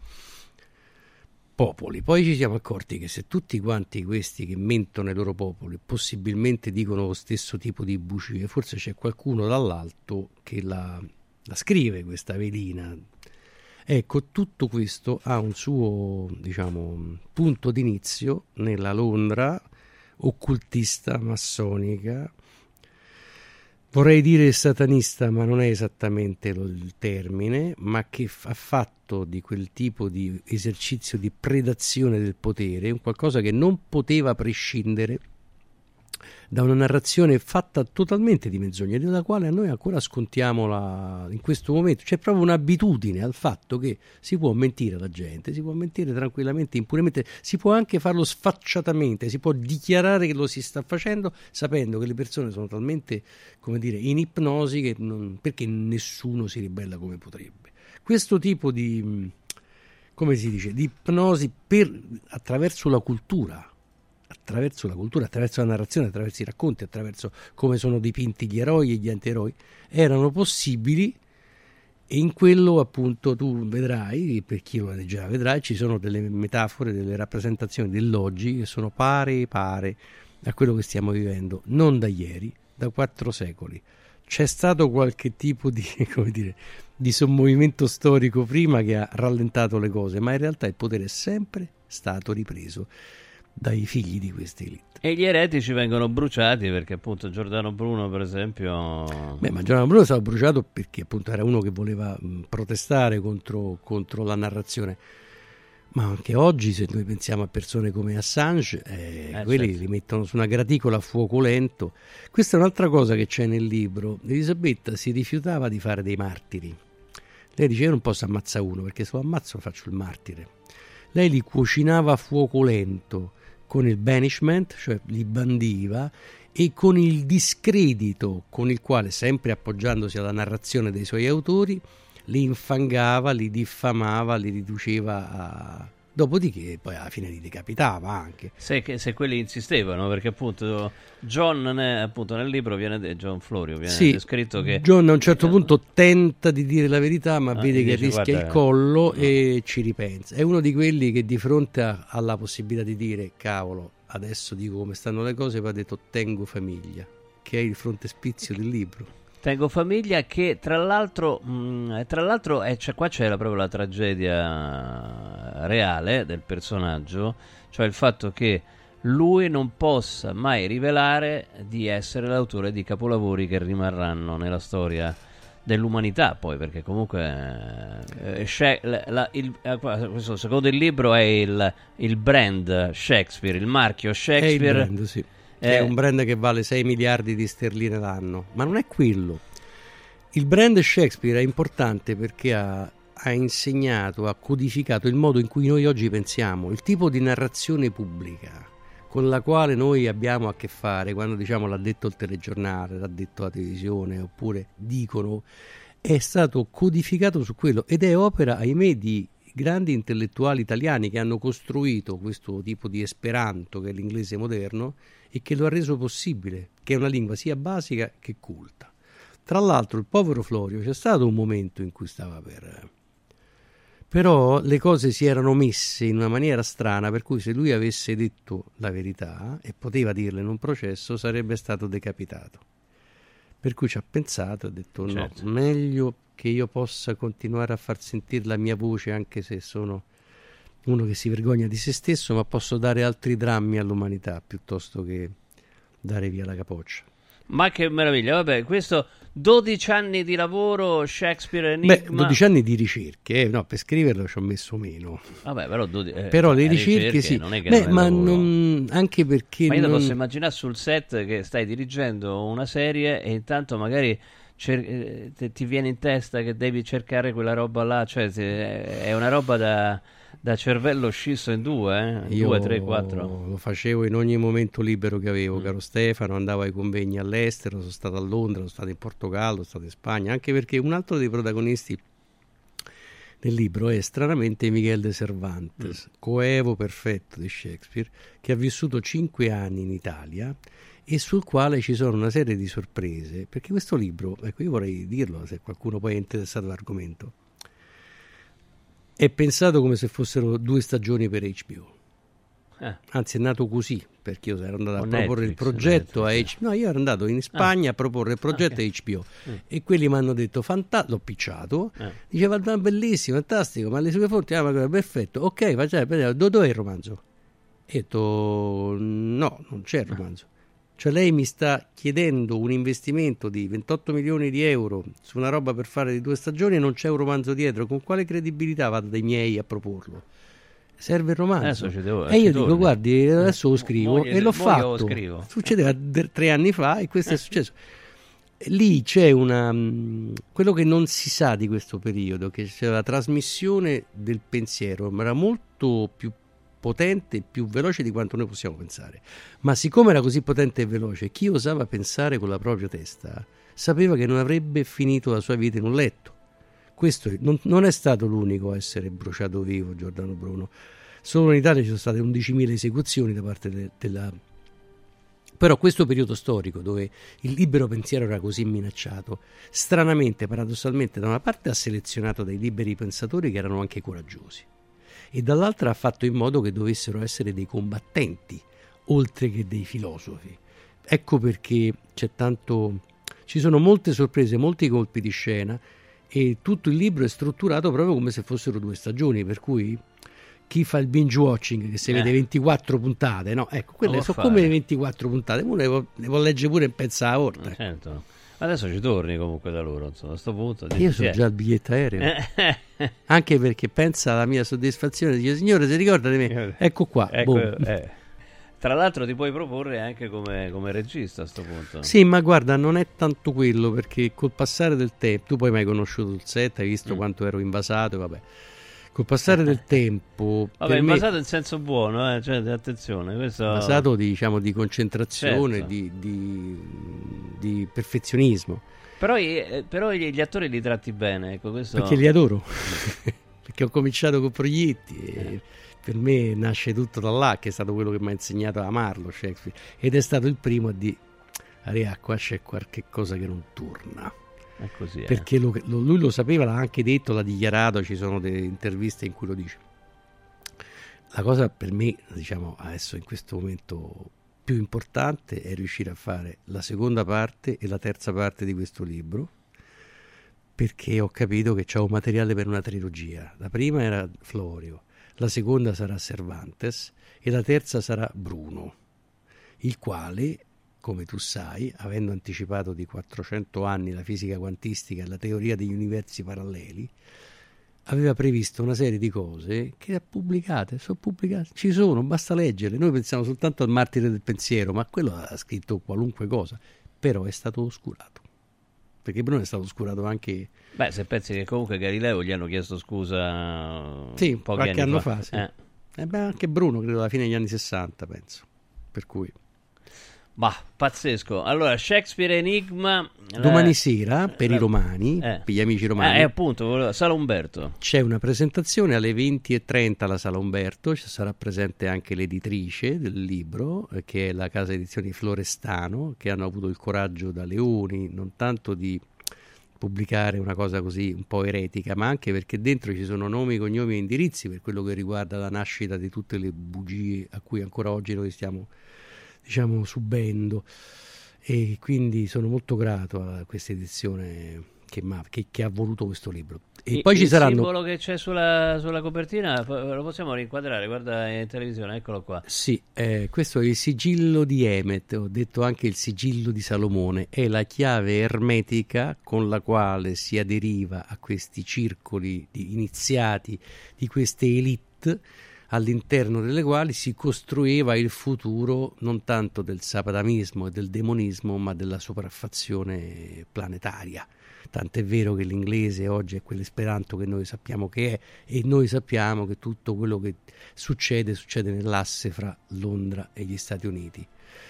popoli. Poi ci siamo accorti che se tutti quanti questi che mentono ai loro popoli possibilmente dicono lo stesso tipo di bugie, forse c'è qualcuno dall'alto che la scrive questa velina. Ecco, tutto questo ha un suo, diciamo, punto d'inizio nella Londra occultista, massonica, vorrei dire satanista, ma non è esattamente il termine, ma che ha fatto di quel tipo di esercizio di predazione del potere un qualcosa che non poteva prescindere da una narrazione fatta totalmente di menzogne, della quale noi ancora scontiamo in questo momento. C'è proprio un'abitudine al fatto che si può mentire alla gente, si può mentire tranquillamente, impunemente, si può anche farlo sfacciatamente, si può dichiarare che lo si sta facendo sapendo che le persone sono talmente, come dire, in ipnosi che perché nessuno si ribella come potrebbe. Questo tipo di, come si dice, di ipnosi attraverso la cultura, attraverso la narrazione, attraverso i racconti, attraverso come sono dipinti gli eroi e gli antieroi, erano possibili, e in quello appunto tu vedrai, per chi lo già vedrai, ci sono delle metafore, delle rappresentazioni dell'oggi che sono pari a quello che stiamo vivendo, non da ieri, da 4 secoli. C'è stato qualche tipo di, come dire, di sommovimento storico prima che ha rallentato le cose, ma in realtà il potere è sempre stato ripreso dai figli di queste elite. E gli eretici vengono bruciati perché appunto Giordano Bruno, per esempio... Ma Giordano Bruno è stato bruciato perché appunto era uno che voleva protestare contro la narrazione. Ma anche oggi, se noi pensiamo a persone come Assange, quelli certo, li mettono su una graticola a fuoco lento. Questa è un'altra cosa che c'è nel libro. Elisabetta si rifiutava di fare dei martiri. Lei dice: io non posso ammazzare uno, perché se lo ammazzo faccio il martire. Lei li cucinava a fuoco lento, con il banishment, cioè li bandiva, e con il discredito con il quale, sempre appoggiandosi alla narrazione dei suoi autori, li infangava, li diffamava, li riduceva a... Dopodiché poi alla fine li decapitava anche. Se quelli insistevano, perché appunto John, appunto nel libro John Florio viene descritto che... John a un certo punto tenta di dire la verità, ma vede che rischia il collo e ci ripensa. È uno di quelli che di fronte alla possibilità di dire cavolo, adesso dico come stanno le cose, poi ha detto tengo famiglia, che è il frontespizio del libro. Tengo famiglia, che tra l'altro qua c'è proprio la tragedia reale del personaggio, cioè il fatto che lui non possa mai rivelare di essere l'autore di capolavori che rimarranno nella storia dell'umanità, poi, perché comunque questo secondo il libro è il brand Shakespeare, il marchio Shakespeare. È il brand, sì. È un brand che vale 6 miliardi di sterline l'anno, ma non è quello. Il brand Shakespeare è importante perché ha insegnato, ha codificato il modo in cui noi oggi pensiamo, il tipo di narrazione pubblica con la quale noi abbiamo a che fare quando diciamo l'ha detto il telegiornale, l'ha detto la televisione, oppure dicono, è stato codificato su quello, ed è opera, ahimè, di grandi intellettuali italiani che hanno costruito questo tipo di esperanto che è l'inglese moderno e che lo ha reso possibile, che è una lingua sia basica che culta. Tra l'altro il povero Florio, c'è stato un momento in cui stava per... Però le cose si erano messe in una maniera strana, per cui se lui avesse detto la verità, e poteva dirla in un processo, sarebbe stato decapitato. Per cui ci ha pensato e ha detto Certo. no, meglio che io possa continuare a far sentire la mia voce anche se sono uno che si vergogna di se stesso, ma posso dare altri drammi all'umanità piuttosto che dare via la capoccia. Ma che meraviglia, vabbè, questo 12 anni di lavoro, Shakespeare Enigma. Beh, 12 anni di ricerche, no, per scriverlo ci ho messo meno. Vabbè, però, Però le ricerche sì. non è che Beh, non è ma lavoro. non, anche perché Ma io non... posso immaginare sul set che stai dirigendo una serie e intanto magari ti viene in testa che devi cercare quella roba là, cioè è una roba da cervello scisso in due, Io 2, 3, 4. lo facevo in ogni momento libero che avevo, caro Stefano, andavo ai convegni all'estero, sono stato a Londra, sono stato in Portogallo, sono stato in Spagna, anche perché un altro dei protagonisti del libro è stranamente Miguel de Cervantes, coevo perfetto di Shakespeare, che ha vissuto 5 anni in Italia e sul quale ci sono una serie di sorprese, perché questo libro, ecco, io vorrei dirlo se qualcuno poi è interessato all'argomento, è pensato come se fossero 2 stagioni per HBO. Anzi, è nato così, perché io ero andato a proporre il progetto a HBO. No, io ero andato in Spagna a proporre il progetto a HBO e quelli mi hanno detto l'ho picciato, diceva bellissimo, fantastico, ma le sue fonti, ma perfetto, ok, facciamo, dov'è il romanzo? E ho detto no, non c'è il romanzo. Cioè lei mi sta chiedendo un investimento di 28 milioni di euro su una roba per fare di 2 stagioni e non c'è un romanzo dietro. Con quale credibilità vado dai miei a proporlo? Serve il romanzo. E io dico, guardi, adesso lo scrivo e l'ho fatto. Succedeva 3 anni fa e questo è successo. Lì c'è quello che non si sa di questo periodo, che c'è la trasmissione del pensiero, ma era molto più potente e più veloce di quanto noi possiamo pensare. Ma siccome era così potente e veloce, chi osava pensare con la propria testa sapeva che non avrebbe finito la sua vita in un letto. Questo non è stato l'unico a essere bruciato vivo, Giordano Bruno. Solo in Italia ci sono state 11.000 esecuzioni da parte della... Però questo periodo storico dove il libero pensiero era così minacciato, stranamente, paradossalmente, da una parte ha selezionato dei liberi pensatori che erano anche coraggiosi e dall'altra ha fatto in modo che dovessero essere dei combattenti oltre che dei filosofi. Ecco perché ci sono molte sorprese, molti colpi di scena e tutto il libro è strutturato proprio come se fossero 2 stagioni, per cui chi fa il binge watching che si vede 24 puntate, no? Ecco, quelle sono come le 24 puntate, uno le può leggere pure in pezzo alla volta. Certo. Adesso ci torni comunque da loro, insomma, a sto punto. Io so già il biglietto aereo, anche perché pensa alla mia soddisfazione, dice signore si ricorda di me, ecco qua, Tra l'altro ti puoi proporre anche come regista a sto punto. Sì, ma guarda, non è tanto quello, perché col passare del tempo, tu poi mi hai conosciuto il set, hai visto quanto ero invasato, vabbè. Col passare del tempo... Vabbè, invasato in senso buono, cioè, attenzione. Questo... Invasato, diciamo, di concentrazione, certo. di perfezionismo. Però gli attori li tratti bene, ecco, questo... Perché li adoro. Perché ho cominciato con Proietti e per me nasce tutto da là, che è stato quello che mi ha insegnato ad amarlo Shakespeare, ed è stato il primo a dire qua c'è qualche cosa che non torna. È così, perché lui lo sapeva, l'ha anche detto, l'ha dichiarato, ci sono delle interviste in cui lo dice. La cosa per me, diciamo, adesso in questo momento più importante è riuscire a fare la seconda parte e la terza parte di questo libro, perché ho capito che c'ho un materiale per una trilogia. La prima era Florio, la seconda sarà Cervantes e la terza sarà Bruno, il quale, come tu sai, avendo anticipato di 400 anni la fisica quantistica e la teoria degli universi paralleli, aveva previsto una serie di cose che sono pubblicate, ci sono, basta leggerle. Noi pensiamo soltanto al martire del pensiero, ma quello ha scritto qualunque cosa, però è stato oscurato. Perché Bruno è stato oscurato anche... Beh, se pensi che comunque Galileo gli hanno chiesto scusa qualche anno fa. Sì. Anche Bruno, credo alla fine degli anni 60, penso. Per cui... Bah, pazzesco. Allora, Shakespeare Enigma domani sera per i romani, per gli amici romani, appunto, Sala Umberto. C'è una presentazione alle 20:30 alla Sala Umberto. Ci sarà presente anche l'editrice del libro, che è la casa edizioni Florestano, che hanno avuto il coraggio da leoni non tanto di pubblicare una cosa così un po' eretica, ma anche perché dentro ci sono nomi, cognomi e indirizzi per quello che riguarda la nascita di tutte le bugie a cui ancora oggi noi stiamo, diciamo, subendo, e quindi sono molto grato a questa edizione che ha voluto questo libro. E poi ci saranno... Il simbolo che c'è sulla copertina lo possiamo rinquadrare, guarda in televisione, eccolo qua. Sì, questo è il sigillo di Emmet, ho detto anche il sigillo di Salomone, è la chiave ermetica con la quale si aderiva a questi circoli di iniziati, di queste elite, all'interno delle quali si costruiva il futuro non tanto del satamismo e del demonismo, ma della sopraffazione planetaria. Tant'è vero che l'inglese oggi è quell'esperanto che noi sappiamo che è, e noi sappiamo che tutto quello che succede nell'asse fra Londra e gli Stati Uniti.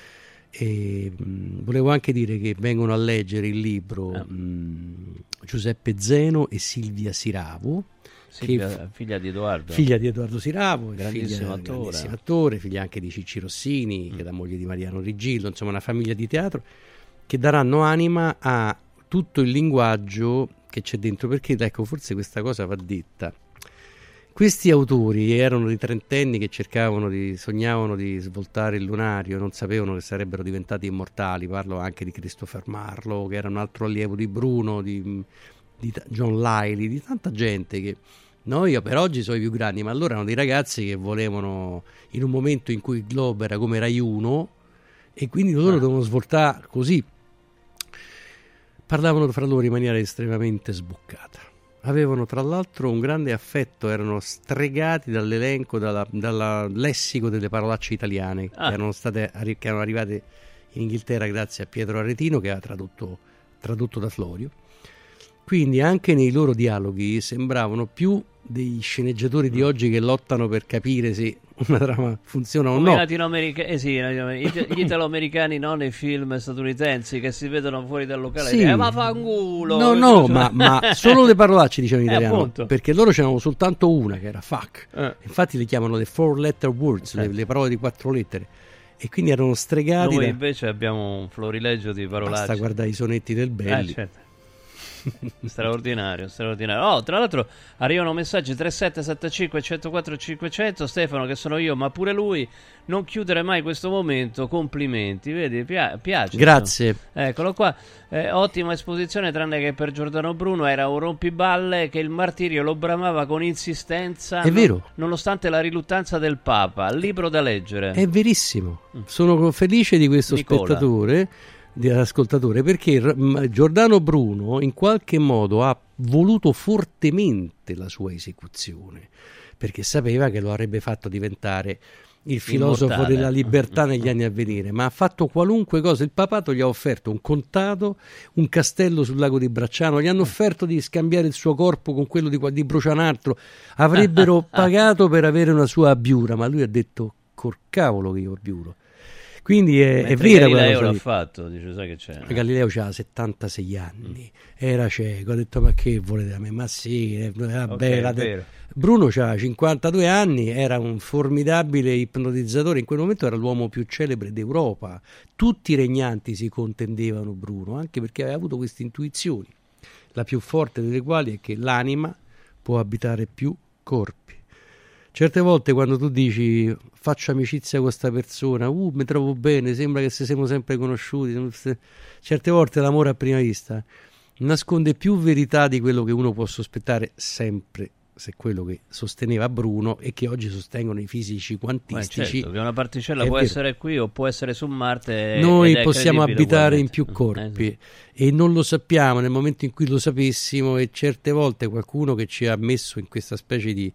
E volevo anche dire che vengono a leggere il libro Giuseppe Zeno e Silvia Siravo, figlia di Edoardo. Figlia di Edoardo Siravo, grandissimo attore, figlia anche di Cicci Rossini, che è la moglie di Mariano Rigillo, insomma una famiglia di teatro, che daranno anima a tutto il linguaggio che c'è dentro, perché ecco, forse questa cosa va detta. Questi autori erano dei trentenni che sognavano di svoltare il lunario, non sapevano che sarebbero diventati immortali. Parlo anche di Christopher Marlowe, che era un altro allievo di Bruno, di John Lyly, di tanta gente che noi per oggi sono i più grandi, ma allora erano dei ragazzi che volevano, in un momento in cui il globo era come Rai 1 e quindi loro dovevano svoltare così. Parlavano fra loro in maniera estremamente sboccata. Avevano tra l'altro un grande affetto, erano stregati dall'elenco, dal lessico delle parolacce italiane che erano arrivate in Inghilterra grazie a Pietro Aretino, che ha tradotto da Florio. Quindi anche nei loro dialoghi sembravano più dei sceneggiatori di oggi che lottano per capire se una trama funziona o no. Gli italoamericani, no, nei film statunitensi che si vedono fuori dal locale, sì. Ma fanculo. No, ma solo le parolacce diciamo in italiano, perché loro c'erano soltanto una che era fuck. Infatti le chiamano le 4-letter words, le parole di 4 lettere. E quindi erano stregati. Noi invece abbiamo un florileggio di parolacce. Basta guardare i sonetti del Belli. Certo. straordinario. Oh, tra l'altro arrivano messaggi 3775 104 500. Stefano, che sono io, ma pure lui, non chiudere mai questo momento, complimenti, vedi, piace. Grazie. Eccolo qua, ottima esposizione, tranne che per Giordano Bruno era un rompiballe che il martirio lo bramava con insistenza. È vero, nonostante la riluttanza del Papa. Libro da leggere. È verissimo. Sono felice di questo ascoltatore, perché Giordano Bruno in qualche modo ha voluto fortemente la sua esecuzione, perché sapeva che lo avrebbe fatto diventare il filosofo immortale della libertà negli anni a venire, ma ha fatto qualunque cosa. Il papato gli ha offerto un contado, un castello sul lago di Bracciano, gli hanno offerto di scambiare il suo corpo con quello di Brucianartro, avrebbero pagato per avere una sua abbiura, ma lui ha detto col cavolo che io abbiuro. Quindi è vera quella Galileo cosa. l'ha fatto, dice, sai che c'è. Galileo aveva 76 anni, era cieco, ha detto ma che volete da me? Ma sì, vabbè, Bruno aveva 52 anni, era un formidabile ipnotizzatore, in quel momento era l'uomo più celebre d'Europa, tutti i regnanti si contendevano Bruno, anche perché aveva avuto queste intuizioni, la più forte delle quali è che l'anima può abitare più corpi. Certe volte quando tu dici faccio amicizia con questa persona, mi trovo bene, sembra che siamo sempre conosciuti, certe volte l'amore a prima vista nasconde più verità di quello che uno può sospettare, sempre se quello che sosteneva Bruno e che oggi sostengono i fisici quantistici. Certo, che una particella può essere qui o può essere su Marte. Noi possiamo abitare in più corpi e non lo sappiamo nel momento in cui lo sapessimo, e certe volte qualcuno che ci ha messo in questa specie di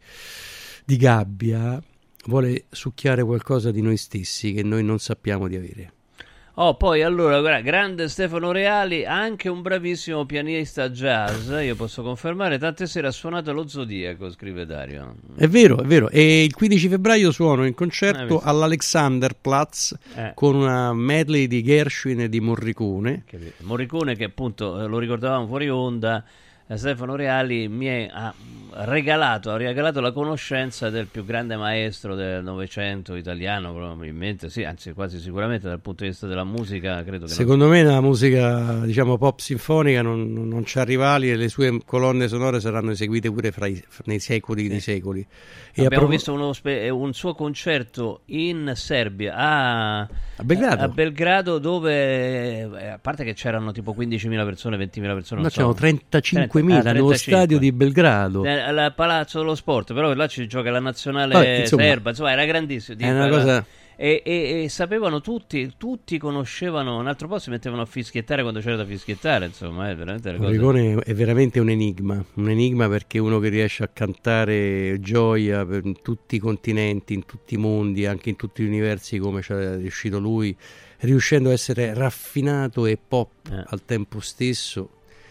gabbia vuole succhiare qualcosa di noi stessi che noi non sappiamo di avere. Poi allora, grande Stefano Reali, anche un bravissimo pianista jazz, io posso confermare, tante sere ha suonato lo Zodiaco, scrive Dario. È vero, e il 15 febbraio suono in concerto all'Alexanderplatz con una medley di Gershwin e di Morricone. Morricone che appunto, lo ricordavamo fuori onda, Stefano Reali mi ha regalato la conoscenza del più grande maestro del Novecento italiano, probabilmente, sì, anzi quasi sicuramente dal punto di vista della musica, credo che secondo me la musica, diciamo, pop sinfonica non c'ha rivali e le sue colonne sonore saranno eseguite pure nei secoli dei secoli. E abbiamo visto un suo concerto in Serbia a Belgrado, dove a parte che c'erano tipo 15.000 persone, 20.000 persone, no, c'erano 35.000 nello stadio di Belgrado, al Palazzo dello Sport, però là ci gioca la nazionale serba, insomma era grandissimo. È una cosa... E sapevano tutti conoscevano, un altro po' si mettevano a fischiettare quando c'era da fischiettare, insomma, è veramente una cosa. Morricone è veramente un enigma perché uno che riesce a cantare gioia in tutti i continenti, in tutti i mondi, anche in tutti gli universi come c'è riuscito lui, riuscendo a essere raffinato e pop al tempo stesso.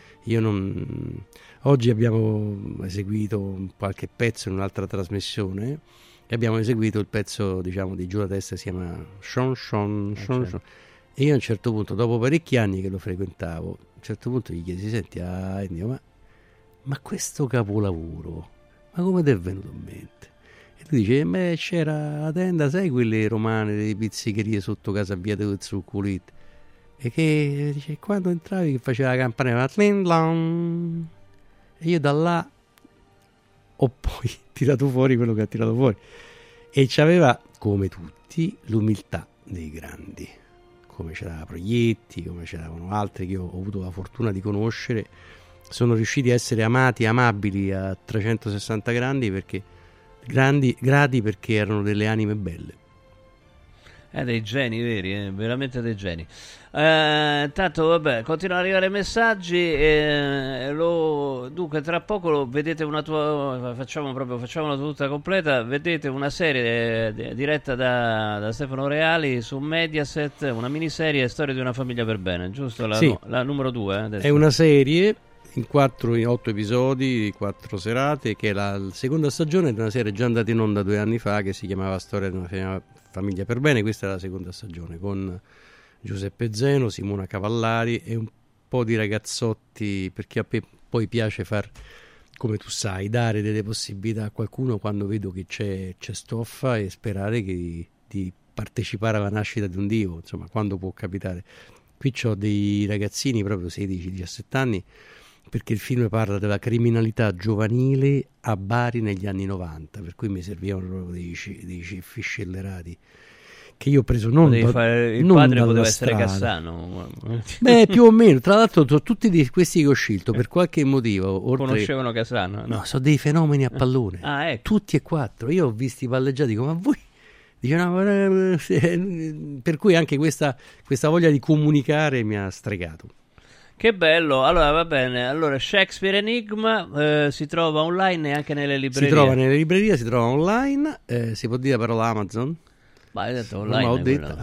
Oggi abbiamo eseguito qualche pezzo in un'altra trasmissione e abbiamo eseguito il pezzo, diciamo, di Giù la Testa, si chiama Shon. E io a un certo punto, dopo parecchi anni che lo frequentavo, a un certo punto gli chiesi: senti, Ennio, ma questo capolavoro, ma come ti è venuto in mente? E lui dice: c'era la tenda, sai, quelle romane delle pizzerie sotto casa via del Zuccolit, e che dice, quando entravi che faceva la campanella, e io da là ho poi tirato fuori quello che ha tirato fuori, e c'aveva, come tutti, l'umiltà dei grandi, come c'era Proietti, come c'erano altri che ho avuto la fortuna di conoscere. Sono riusciti a essere amabili a 360 gradi perché erano delle anime belle. Dei geni veri, veramente dei geni. Intanto vabbè, continuano ad arrivare messaggi, dunque tra poco lo vedete facciamo una tutta completa, vedete una serie diretta da Stefano Reali su Mediaset, una miniserie, Storia di una famiglia per bene, giusto? La numero 2 è una serie in 8 episodi, 4 serate, che è la seconda stagione di una serie già andata in onda 2 anni fa che si chiamava Storia di una famiglia per bene. Questa è la seconda stagione con Giuseppe Zeno, Simona Cavallari e un po' di ragazzotti, perché a me poi piace far, come tu sai, dare delle possibilità a qualcuno quando vedo che c'è stoffa, e sperare di partecipare alla nascita di un Dio, insomma, quando può capitare. Qui c'ho dei ragazzini proprio 16-17 anni, perché il film parla della criminalità giovanile a Bari negli anni 90, per cui mi servivano proprio dei ciffi scellerati che io ho preso non il padre poteva essere strada. Cassano. Più o meno. Tra l'altro tutti questi che ho scelto per qualche motivo conoscevano Cassano? No, sono dei fenomeni a pallone. Ecco. Tutti e 4. Io ho visti palleggiati come a voi. Per cui anche questa voglia di comunicare mi ha stregato. Che bello. Allora va bene, allora Shakespeare Enigma si trova online e anche nelle librerie. Si trova nelle librerie, si trova online, si può dire la parola Amazon? Ma hai detto online, l'ho detta.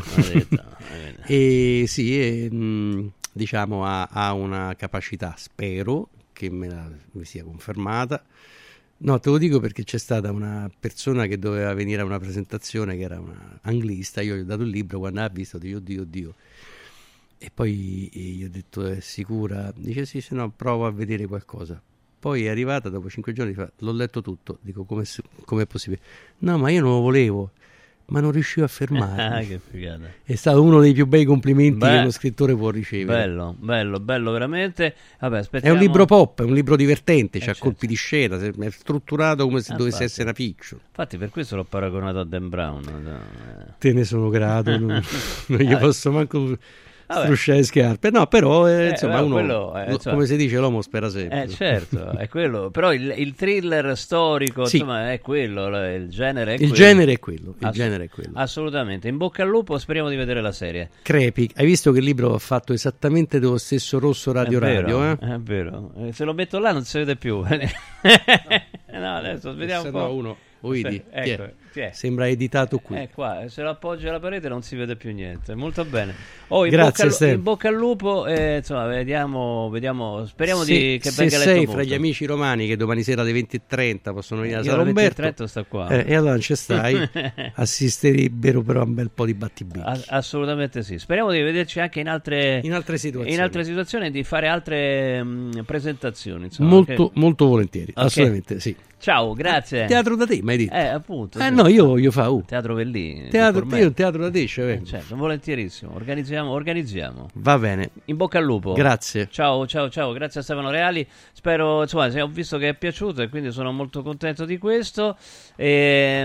E sì, diciamo ha una capacità, spero che mi sia confermata. No, te lo dico perché c'è stata una persona che doveva venire a una presentazione, che era una anglista. Io gli ho dato il libro, quando ha visto, dico oddio. E poi gli ho detto: è sicura? Dice sì, se no provo a vedere qualcosa. Poi è arrivata dopo 5 giorni, l'ho letto tutto. Dico, com'è possibile? No, ma io non lo volevo, ma non riuscivo a fermarmi. Che figata. È stato uno dei più bei complimenti che uno scrittore può ricevere. Bello veramente. Vabbè, aspettiamo. È un libro pop, è un libro divertente, c'ha colpi di scena, è strutturato come se dovesse essere una fiction. Infatti per questo l'ho paragonato a Dan Brown. Te ne sono grato, non gli posso manco strusciare le scarpe. No, però insomma uno come si dice, l'uomo spera sempre. Certo, è quello. Però il thriller storico, sì, insomma, è quello, il genere è quello. Il genere è quello. Assolutamente. In bocca al lupo, speriamo di vedere la serie. Crepi, hai visto che il libro ha fatto esattamente dello stesso rosso radio? È vero. Se lo metto là non si vede più. No, adesso vediamo un po'. Vedi? Ecco, Sembra editato qui. Qua, se lo appoggi alla parete non si vede più niente. Molto bene. Grazie, in bocca al lupo. Insomma, vediamo. Speriamo che venga letto sei molto. fra gli amici romani che domani sera alle 20:30 possono venire a San alle Roberto. 20:30 sta qua. E allora non ci stai. Assisterebbero però a un bel po' di battibecchi. Assolutamente sì. Speriamo di vederci anche in altre situazioni e di fare altre presentazioni. Insomma, molto volentieri. Okay. Assolutamente sì. Ciao, grazie. Teatro da te, mi hai detto. Appunto. Sì. No, io voglio fare Teatro Vellì. Io teatro da te, cioè. Certo, volentierissimo. Organizziamo. Va bene. In bocca al lupo. Grazie. Ciao. Grazie a Stefano Reali. Spero, insomma, ho visto che è piaciuto e quindi sono molto contento di questo. Grazie,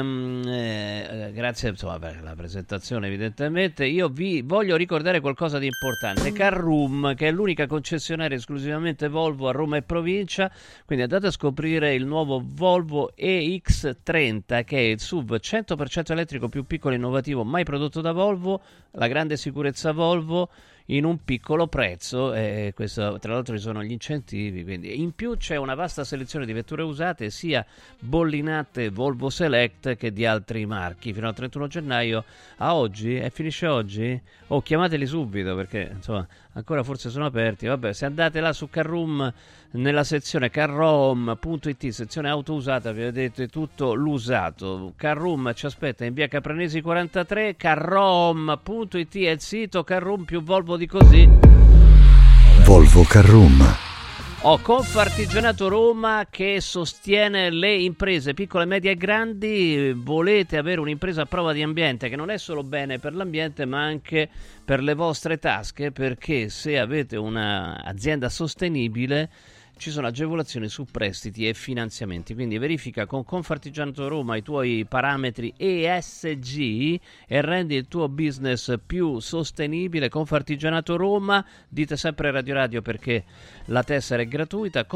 insomma, per la presentazione, evidentemente. Io vi voglio ricordare qualcosa di importante. Carroom, che è l'unica concessionaria esclusivamente Volvo a Roma e provincia. Quindi andate a scoprire il nuovo Volvo EX30, che è il SUV 100% elettrico più piccolo e innovativo mai prodotto da Volvo, la grande sicurezza Volvo in un piccolo prezzo, questo, tra l'altro ci sono gli incentivi, quindi in più c'è una vasta selezione di vetture usate sia bollinate Volvo Select che di altri marchi fino al 31 gennaio a oggi, e finisce oggi? Chiamateli subito perché insomma ancora forse sono aperti. Vabbè, se andate là su Carroom nella sezione carroom.it, sezione auto usata, vi vedete tutto l'usato. Carroom ci aspetta in via Capranesi 43, carroom.it è il sito. Carroom più Volvo di così. Volvo Carroom. Confartigianato Roma che sostiene le imprese piccole, medie e grandi. Volete avere un'impresa a prova di ambiente che non è solo bene per l'ambiente ma anche per le vostre tasche, perché se avete un'azienda sostenibile ci sono agevolazioni su prestiti e finanziamenti, quindi verifica con Confartigianato Roma i tuoi parametri ESG e rendi il tuo business più sostenibile. Confartigianato Roma, dite sempre Radio perché la tessera è gratuita.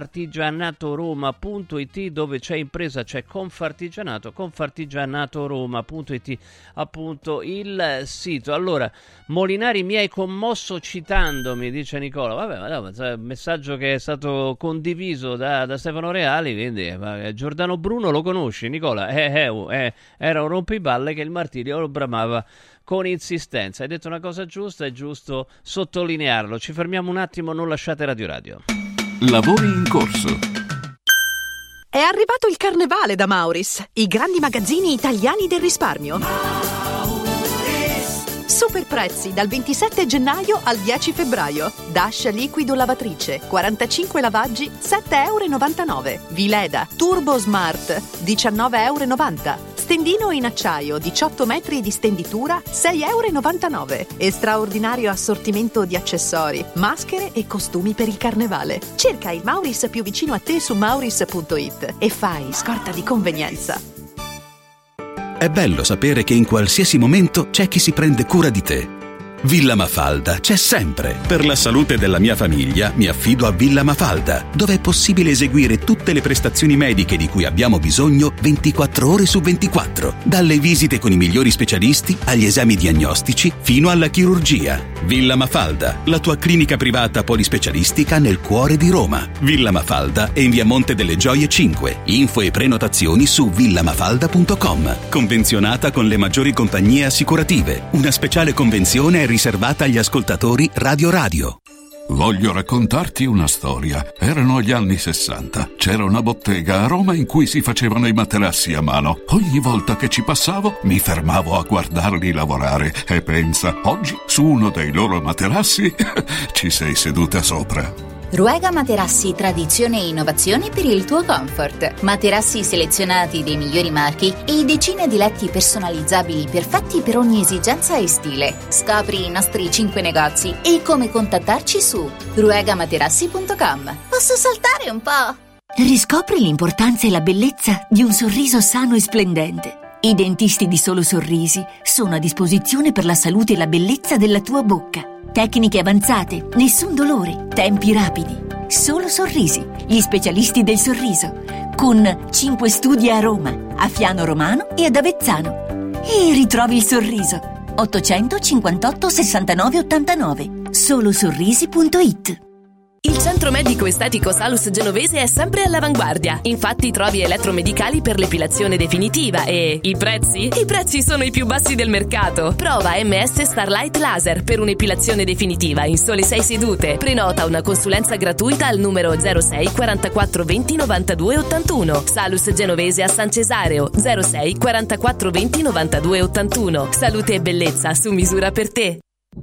Confartigianatoroma.it, dove c'è impresa c'è Confartigianato, confartigianatoroma.it appunto il sito. Allora, Molinari mi hai commosso citandomi, dice Nicola. Vabbè, ma no, è un messaggio che è stato condiviso da Stefano Reali, quindi Giordano Bruno lo conosci, Nicola? Era un rompiballe che il martirio lo bramava con insistenza. Hai detto una cosa giusta, è giusto sottolinearlo. Ci fermiamo un attimo, non lasciate Radio. Lavori in corso. È arrivato il Carnevale da Mauris, i grandi magazzini italiani del risparmio. Super prezzi dal 27 gennaio al 10 febbraio. Dash liquido lavatrice, 45 lavaggi, 7,99 €. Vileda Turbo Smart, 19,90 €. Stendino in acciaio, 18 metri di stenditura, 6,99 €. E straordinario assortimento di accessori, maschere e costumi per il carnevale. Cerca il Mauris più vicino a te su mauris.it e fai scorta di convenienza. È bello sapere che in qualsiasi momento c'è chi si prende cura di te. Villa Mafalda c'è sempre. Per la salute della mia famiglia mi affido a Villa Mafalda, dove è possibile eseguire tutte le prestazioni mediche di cui abbiamo bisogno 24 ore su 24. Dalle visite con i migliori specialisti agli esami diagnostici fino alla chirurgia. Villa Mafalda, la tua clinica privata polispecialistica nel cuore di Roma. Villa Mafalda è in via Monte delle Gioie 5. Info e prenotazioni su villamafalda.com. Convenzionata con le maggiori compagnie assicurative. Una speciale convenzione è riservata agli ascoltatori Radio. Voglio raccontarti una storia. Erano gli anni 60. C'era una bottega a Roma in cui si facevano i materassi a mano. Ogni volta che ci passavo mi fermavo a guardarli lavorare e pensa, oggi su uno dei loro materassi ci sei seduta sopra. Ruega Materassi, tradizione e innovazione per il tuo comfort. Materassi selezionati dei migliori marchi e decine di letti personalizzabili perfetti per ogni esigenza e stile. Scopri i nostri 5 negozi e come contattarci su ruegamaterassi.com. Posso saltare un po'? Riscopri l'importanza e la bellezza di un sorriso sano e splendente. I dentisti di Solo Sorrisi sono a disposizione per la salute e la bellezza della tua bocca. Tecniche avanzate, nessun dolore, tempi rapidi. Solo Sorrisi, gli specialisti del sorriso. Con 5 studi a Roma, a Fiano Romano e ad Avezzano. E ritrovi il sorriso. 858 69 89. Solosorrisi.it. Il centro medico estetico Salus Genovese è sempre all'avanguardia. Infatti trovi elettromedicali per l'epilazione definitiva e i prezzi? I prezzi sono i più bassi del mercato. Prova MS Starlight Laser per un'epilazione definitiva in sole 6 sedute. Prenota una consulenza gratuita al numero 06 44 20 92 81. Salus Genovese a San Cesareo 06 44 20 92 81. Salute e bellezza su misura per te.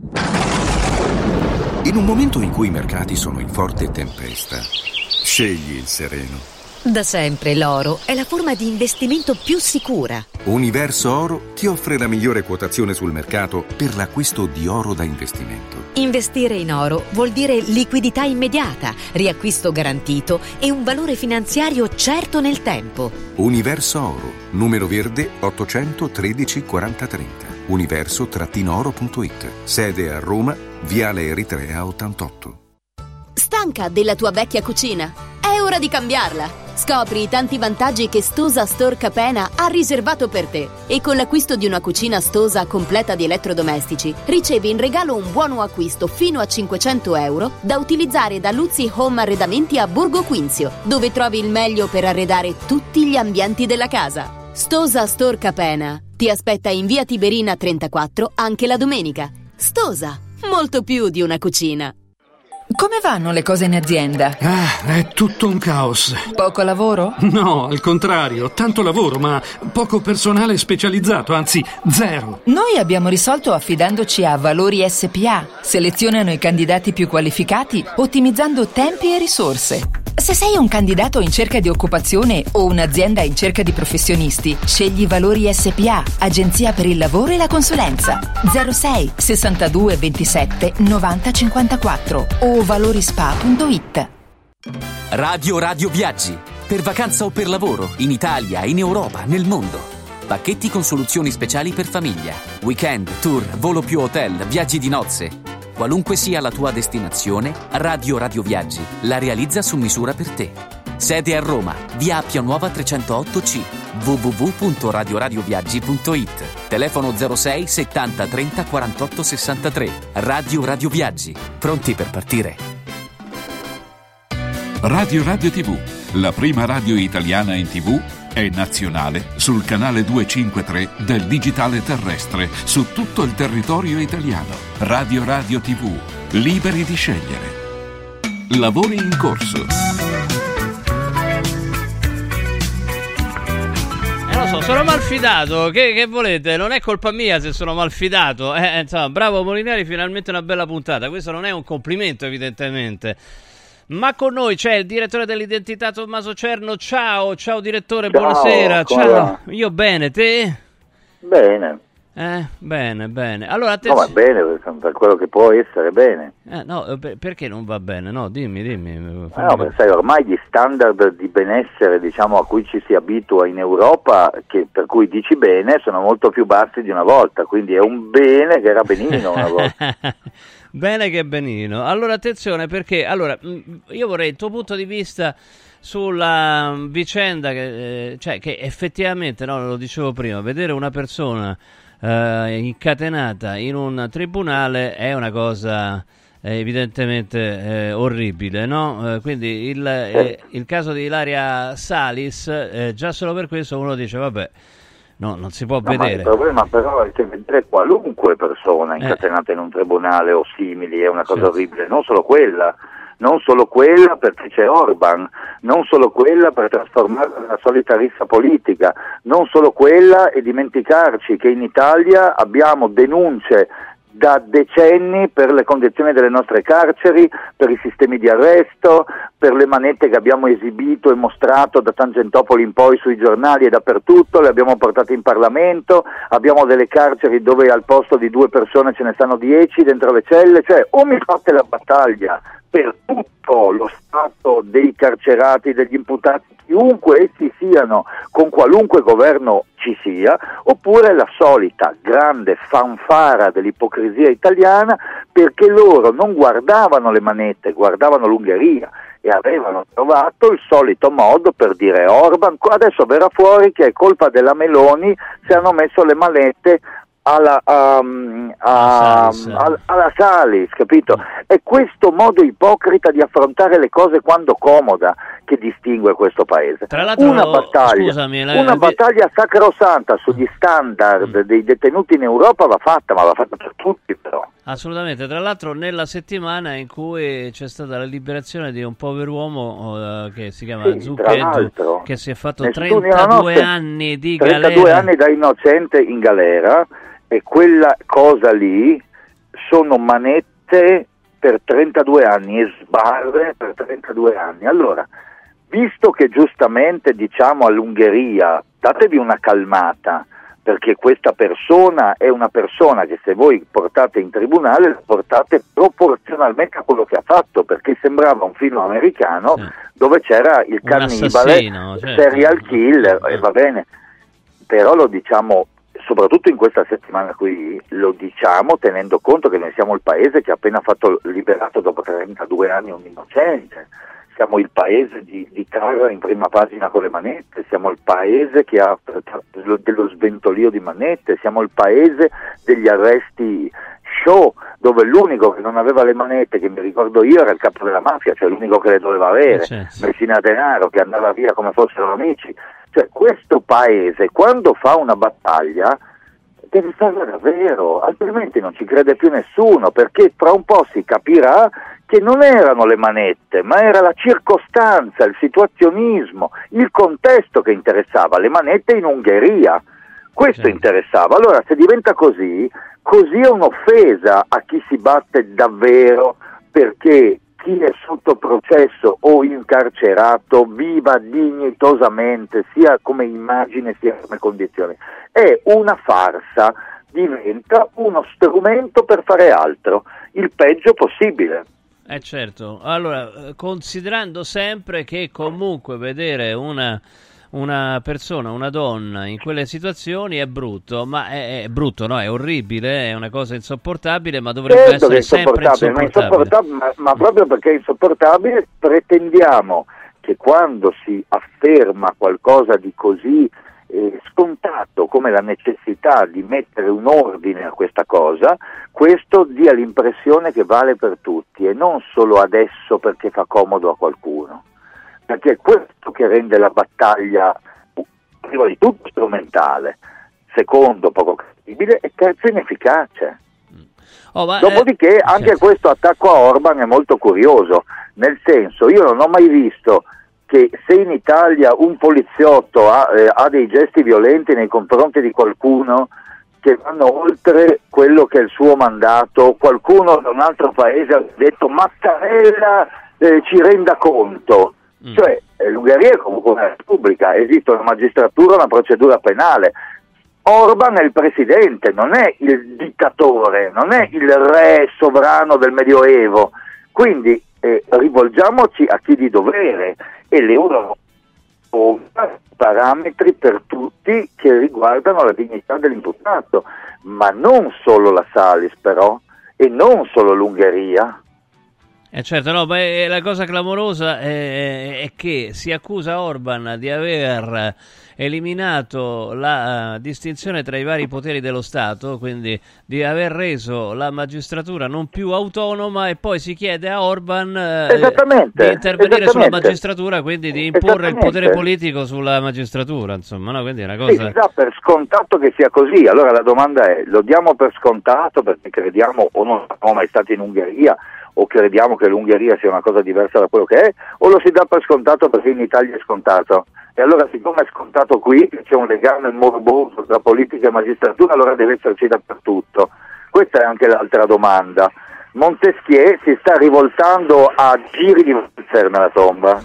In un momento in cui i mercati sono in forte tempesta, scegli il sereno. Da sempre l'oro è la forma di investimento più sicura. Universo Oro ti offre la migliore quotazione sul mercato per l'acquisto di oro da investimento. Investire in oro vuol dire liquidità immediata, riacquisto garantito e un valore finanziario certo nel tempo. Universo Oro, numero verde 813 4030. Universo-oro.it. Sede a Roma, Viale Eritrea 88. Stanca della tua vecchia cucina? È ora di cambiarla! Scopri i tanti vantaggi che Stosa Store Capena ha riservato per te. E con l'acquisto di una cucina Stosa completa di elettrodomestici, ricevi in regalo un buono acquisto fino a €500 da utilizzare da Luzzi Home Arredamenti a Borgo Quinzio, dove trovi il meglio per arredare tutti gli ambienti della casa. Stosa Store Capena ti aspetta in via Tiberina 34 anche la domenica. Stosa, molto più di una cucina. Come vanno le cose in azienda? È tutto un caos. Poco lavoro? No, al contrario, tanto lavoro, ma poco personale specializzato, anzi zero. Noi abbiamo risolto affidandoci a Valori SPA. Selezionano i candidati più qualificati, ottimizzando tempi e risorse. Se sei un candidato in cerca di occupazione o un'azienda in cerca di professionisti, scegli Valori SPA, agenzia per il lavoro e la consulenza. 06 62 27 90 54 o valorispa.it. Radio Viaggi. Per vacanza o per lavoro, in Italia, in Europa, nel mondo. Pacchetti con soluzioni speciali per famiglia. Weekend, tour, volo più hotel, viaggi di nozze. Qualunque sia la tua destinazione, Radio Viaggi la realizza su misura per te. Sede a Roma, via Appia Nuova 308C, www.radioradioviaggi.it. Telefono 06 70 30 48 63. Radio Viaggi, pronti per partire. Radio TV, la prima radio italiana in TV, è nazionale sul canale 253 del digitale terrestre su tutto il territorio italiano. Radio TV, liberi di scegliere. Lavori in corso. Lo so, sono malfidato. Che volete? Non è colpa mia se sono malfidato. Insomma, bravo Molinari, finalmente una bella puntata. Questo non è un complimento, evidentemente. Ma con noi c'è il direttore dell'identità Tommaso Cerno. Ciao direttore, ciao, buonasera. Ciao. Va? Io bene, te? Bene. Bene. Allora, attenzione. No, ma bene, per quello che può essere bene. No, perché non va bene? No, dimmi. No, perché sai, ormai gli standard di benessere, diciamo, a cui ci si abitua in Europa, per cui dici bene, sono molto più bassi di una volta, quindi è un bene che era benino una volta. Bene che benino. Allora attenzione, perché io vorrei il tuo punto di vista sulla vicenda che effettivamente, no, lo dicevo prima, vedere una persona incatenata in un tribunale è una cosa evidentemente orribile, no? Quindi il caso di Ilaria Salis, già solo per questo uno dice vabbè, no, non si può vedere. Ma il problema però è che vedere qualunque persona incatenata in un tribunale o simili è una cosa orribile, non solo quella perché c'è Orban, non solo quella per trasformarla nella solita rissa politica, non solo quella e dimenticarci che in Italia abbiamo denunce da decenni per le condizioni delle nostre carceri, per i sistemi di arresto, per le manette che abbiamo esibito e mostrato da Tangentopoli in poi sui giornali e dappertutto, le abbiamo portate in Parlamento, abbiamo delle carceri dove al posto di 2 persone ce ne stanno 10 dentro le celle, cioè o mi fate la battaglia per tutto lo stato dei carcerati, degli imputati, chiunque essi siano, con qualunque governo ci sia, oppure la solita grande fanfara dell'ipocrisia italiana, perché loro non guardavano le manette, guardavano l'Ungheria e avevano trovato il solito modo per dire a Orban, adesso verrà fuori che è colpa della Meloni se hanno messo le manette alla Salis, capito? È questo modo ipocrita di affrontare le cose quando comoda che distingue questo paese. Tra l'altro, una battaglia sacrosanta sugli standard dei detenuti in Europa va fatta, ma va fatta per tutti però. Assolutamente, tra l'altro nella settimana in cui c'è stata la liberazione di un pover'uomo che si chiama Zucchetto, che si è fatto 32 anni di 32 galera. Anni da innocente in galera, e quella cosa lì sono manette per 32 anni e sbarre per 32 anni. Allora, visto che giustamente diciamo all'Ungheria datevi una calmata, perché questa persona è una persona che se voi portate in tribunale la portate proporzionalmente a quello che ha fatto, perché sembrava un film americano dove c'era il cannibale, serial killer, e va bene, però lo diciamo soprattutto in questa settimana qui, lo diciamo tenendo conto che noi siamo il paese che ha appena fatto liberato dopo 32 anni un innocente. Siamo il paese di Carra in prima pagina con le manette, siamo il paese che ha dello sventolio di manette, siamo il paese degli arresti show, dove l'unico che non aveva le manette, che mi ricordo io, era il capo della mafia, cioè l'unico che le doveva avere, Messina Denaro, che andava via come fossero amici. Cioè questo paese quando fa una battaglia deve farla davvero, altrimenti non ci crede più nessuno, perché fra un po' si capirà che non erano le manette, ma era la circostanza, il situazionismo, il contesto che interessava, le manette in Ungheria, questo interessava. Allora se diventa così è un'offesa a chi si batte davvero perché chi è sotto processo o incarcerato viva dignitosamente, sia come immagine sia come condizioni. È una farsa, diventa uno strumento per fare altro, il peggio possibile. Certo, allora considerando sempre che comunque vedere una persona, una donna in quelle situazioni è brutto, ma è brutto, no? È orribile, è una cosa insopportabile, ma dovrebbe essere sempre insopportabile. Ma proprio perché è insopportabile pretendiamo che quando si afferma qualcosa di così scontato come la necessità di mettere un ordine a questa cosa, questo dia l'impressione che vale per tutti e non solo adesso perché fa comodo a qualcuno. Perché è questo che rende la battaglia, prima di tutto, strumentale, secondo, poco credibile e terzo, inefficace. Dopodiché anche questo attacco a Orban è molto curioso, nel senso, io non ho mai visto che se in Italia un poliziotto ha dei gesti violenti nei confronti di qualcuno che vanno oltre quello che è il suo mandato, qualcuno da un altro paese ha detto Mattarella ci renda conto. Cioè l'Ungheria è comunque una repubblica, esiste una magistratura, una procedura penale. Orban è il presidente, non è il dittatore, non è il re sovrano del Medioevo, quindi rivolgiamoci a chi di dovere, e l'Europa pone parametri per tutti che riguardano la dignità dell'imputato, ma non solo la Salis però, e non solo l'Ungheria. Certo, no, beh, la cosa clamorosa è che si accusa Orban di aver eliminato la distinzione tra i vari poteri dello Stato, quindi di aver reso la magistratura non più autonoma, e poi si chiede a Orban di intervenire sulla magistratura, quindi di imporre il potere politico sulla magistratura, insomma, no? Quindi è una cosa... Si dà per scontato che sia così. Allora la domanda è, lo diamo per scontato perché crediamo o non siamo mai stati in Ungheria, o crediamo che l'Ungheria sia una cosa diversa da quello che è, o lo si dà per scontato perché in Italia è scontato? E allora, siccome è scontato qui, che c'è un legame morboso tra politica e magistratura, allora deve esserci dappertutto. Questa è anche l'altra domanda. Montesquieu si sta rivoltando a giri di valzer nella tomba.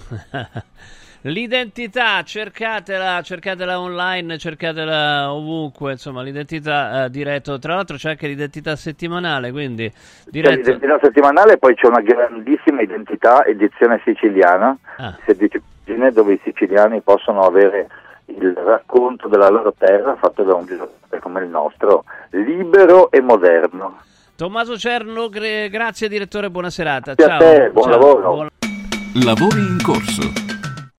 L'identità, cercatela online, cercatela ovunque, insomma, l'identità diretto. Tra l'altro c'è anche l'identità settimanale, quindi diretto. C'è l'identità settimanale, poi c'è una grandissima identità edizione siciliana, dove i siciliani possono avere il racconto della loro terra fatto da un giornale come il nostro, libero e moderno. Tommaso Cerno, grazie direttore, buona serata. Grazie a te, buon lavoro. Lavori in corso.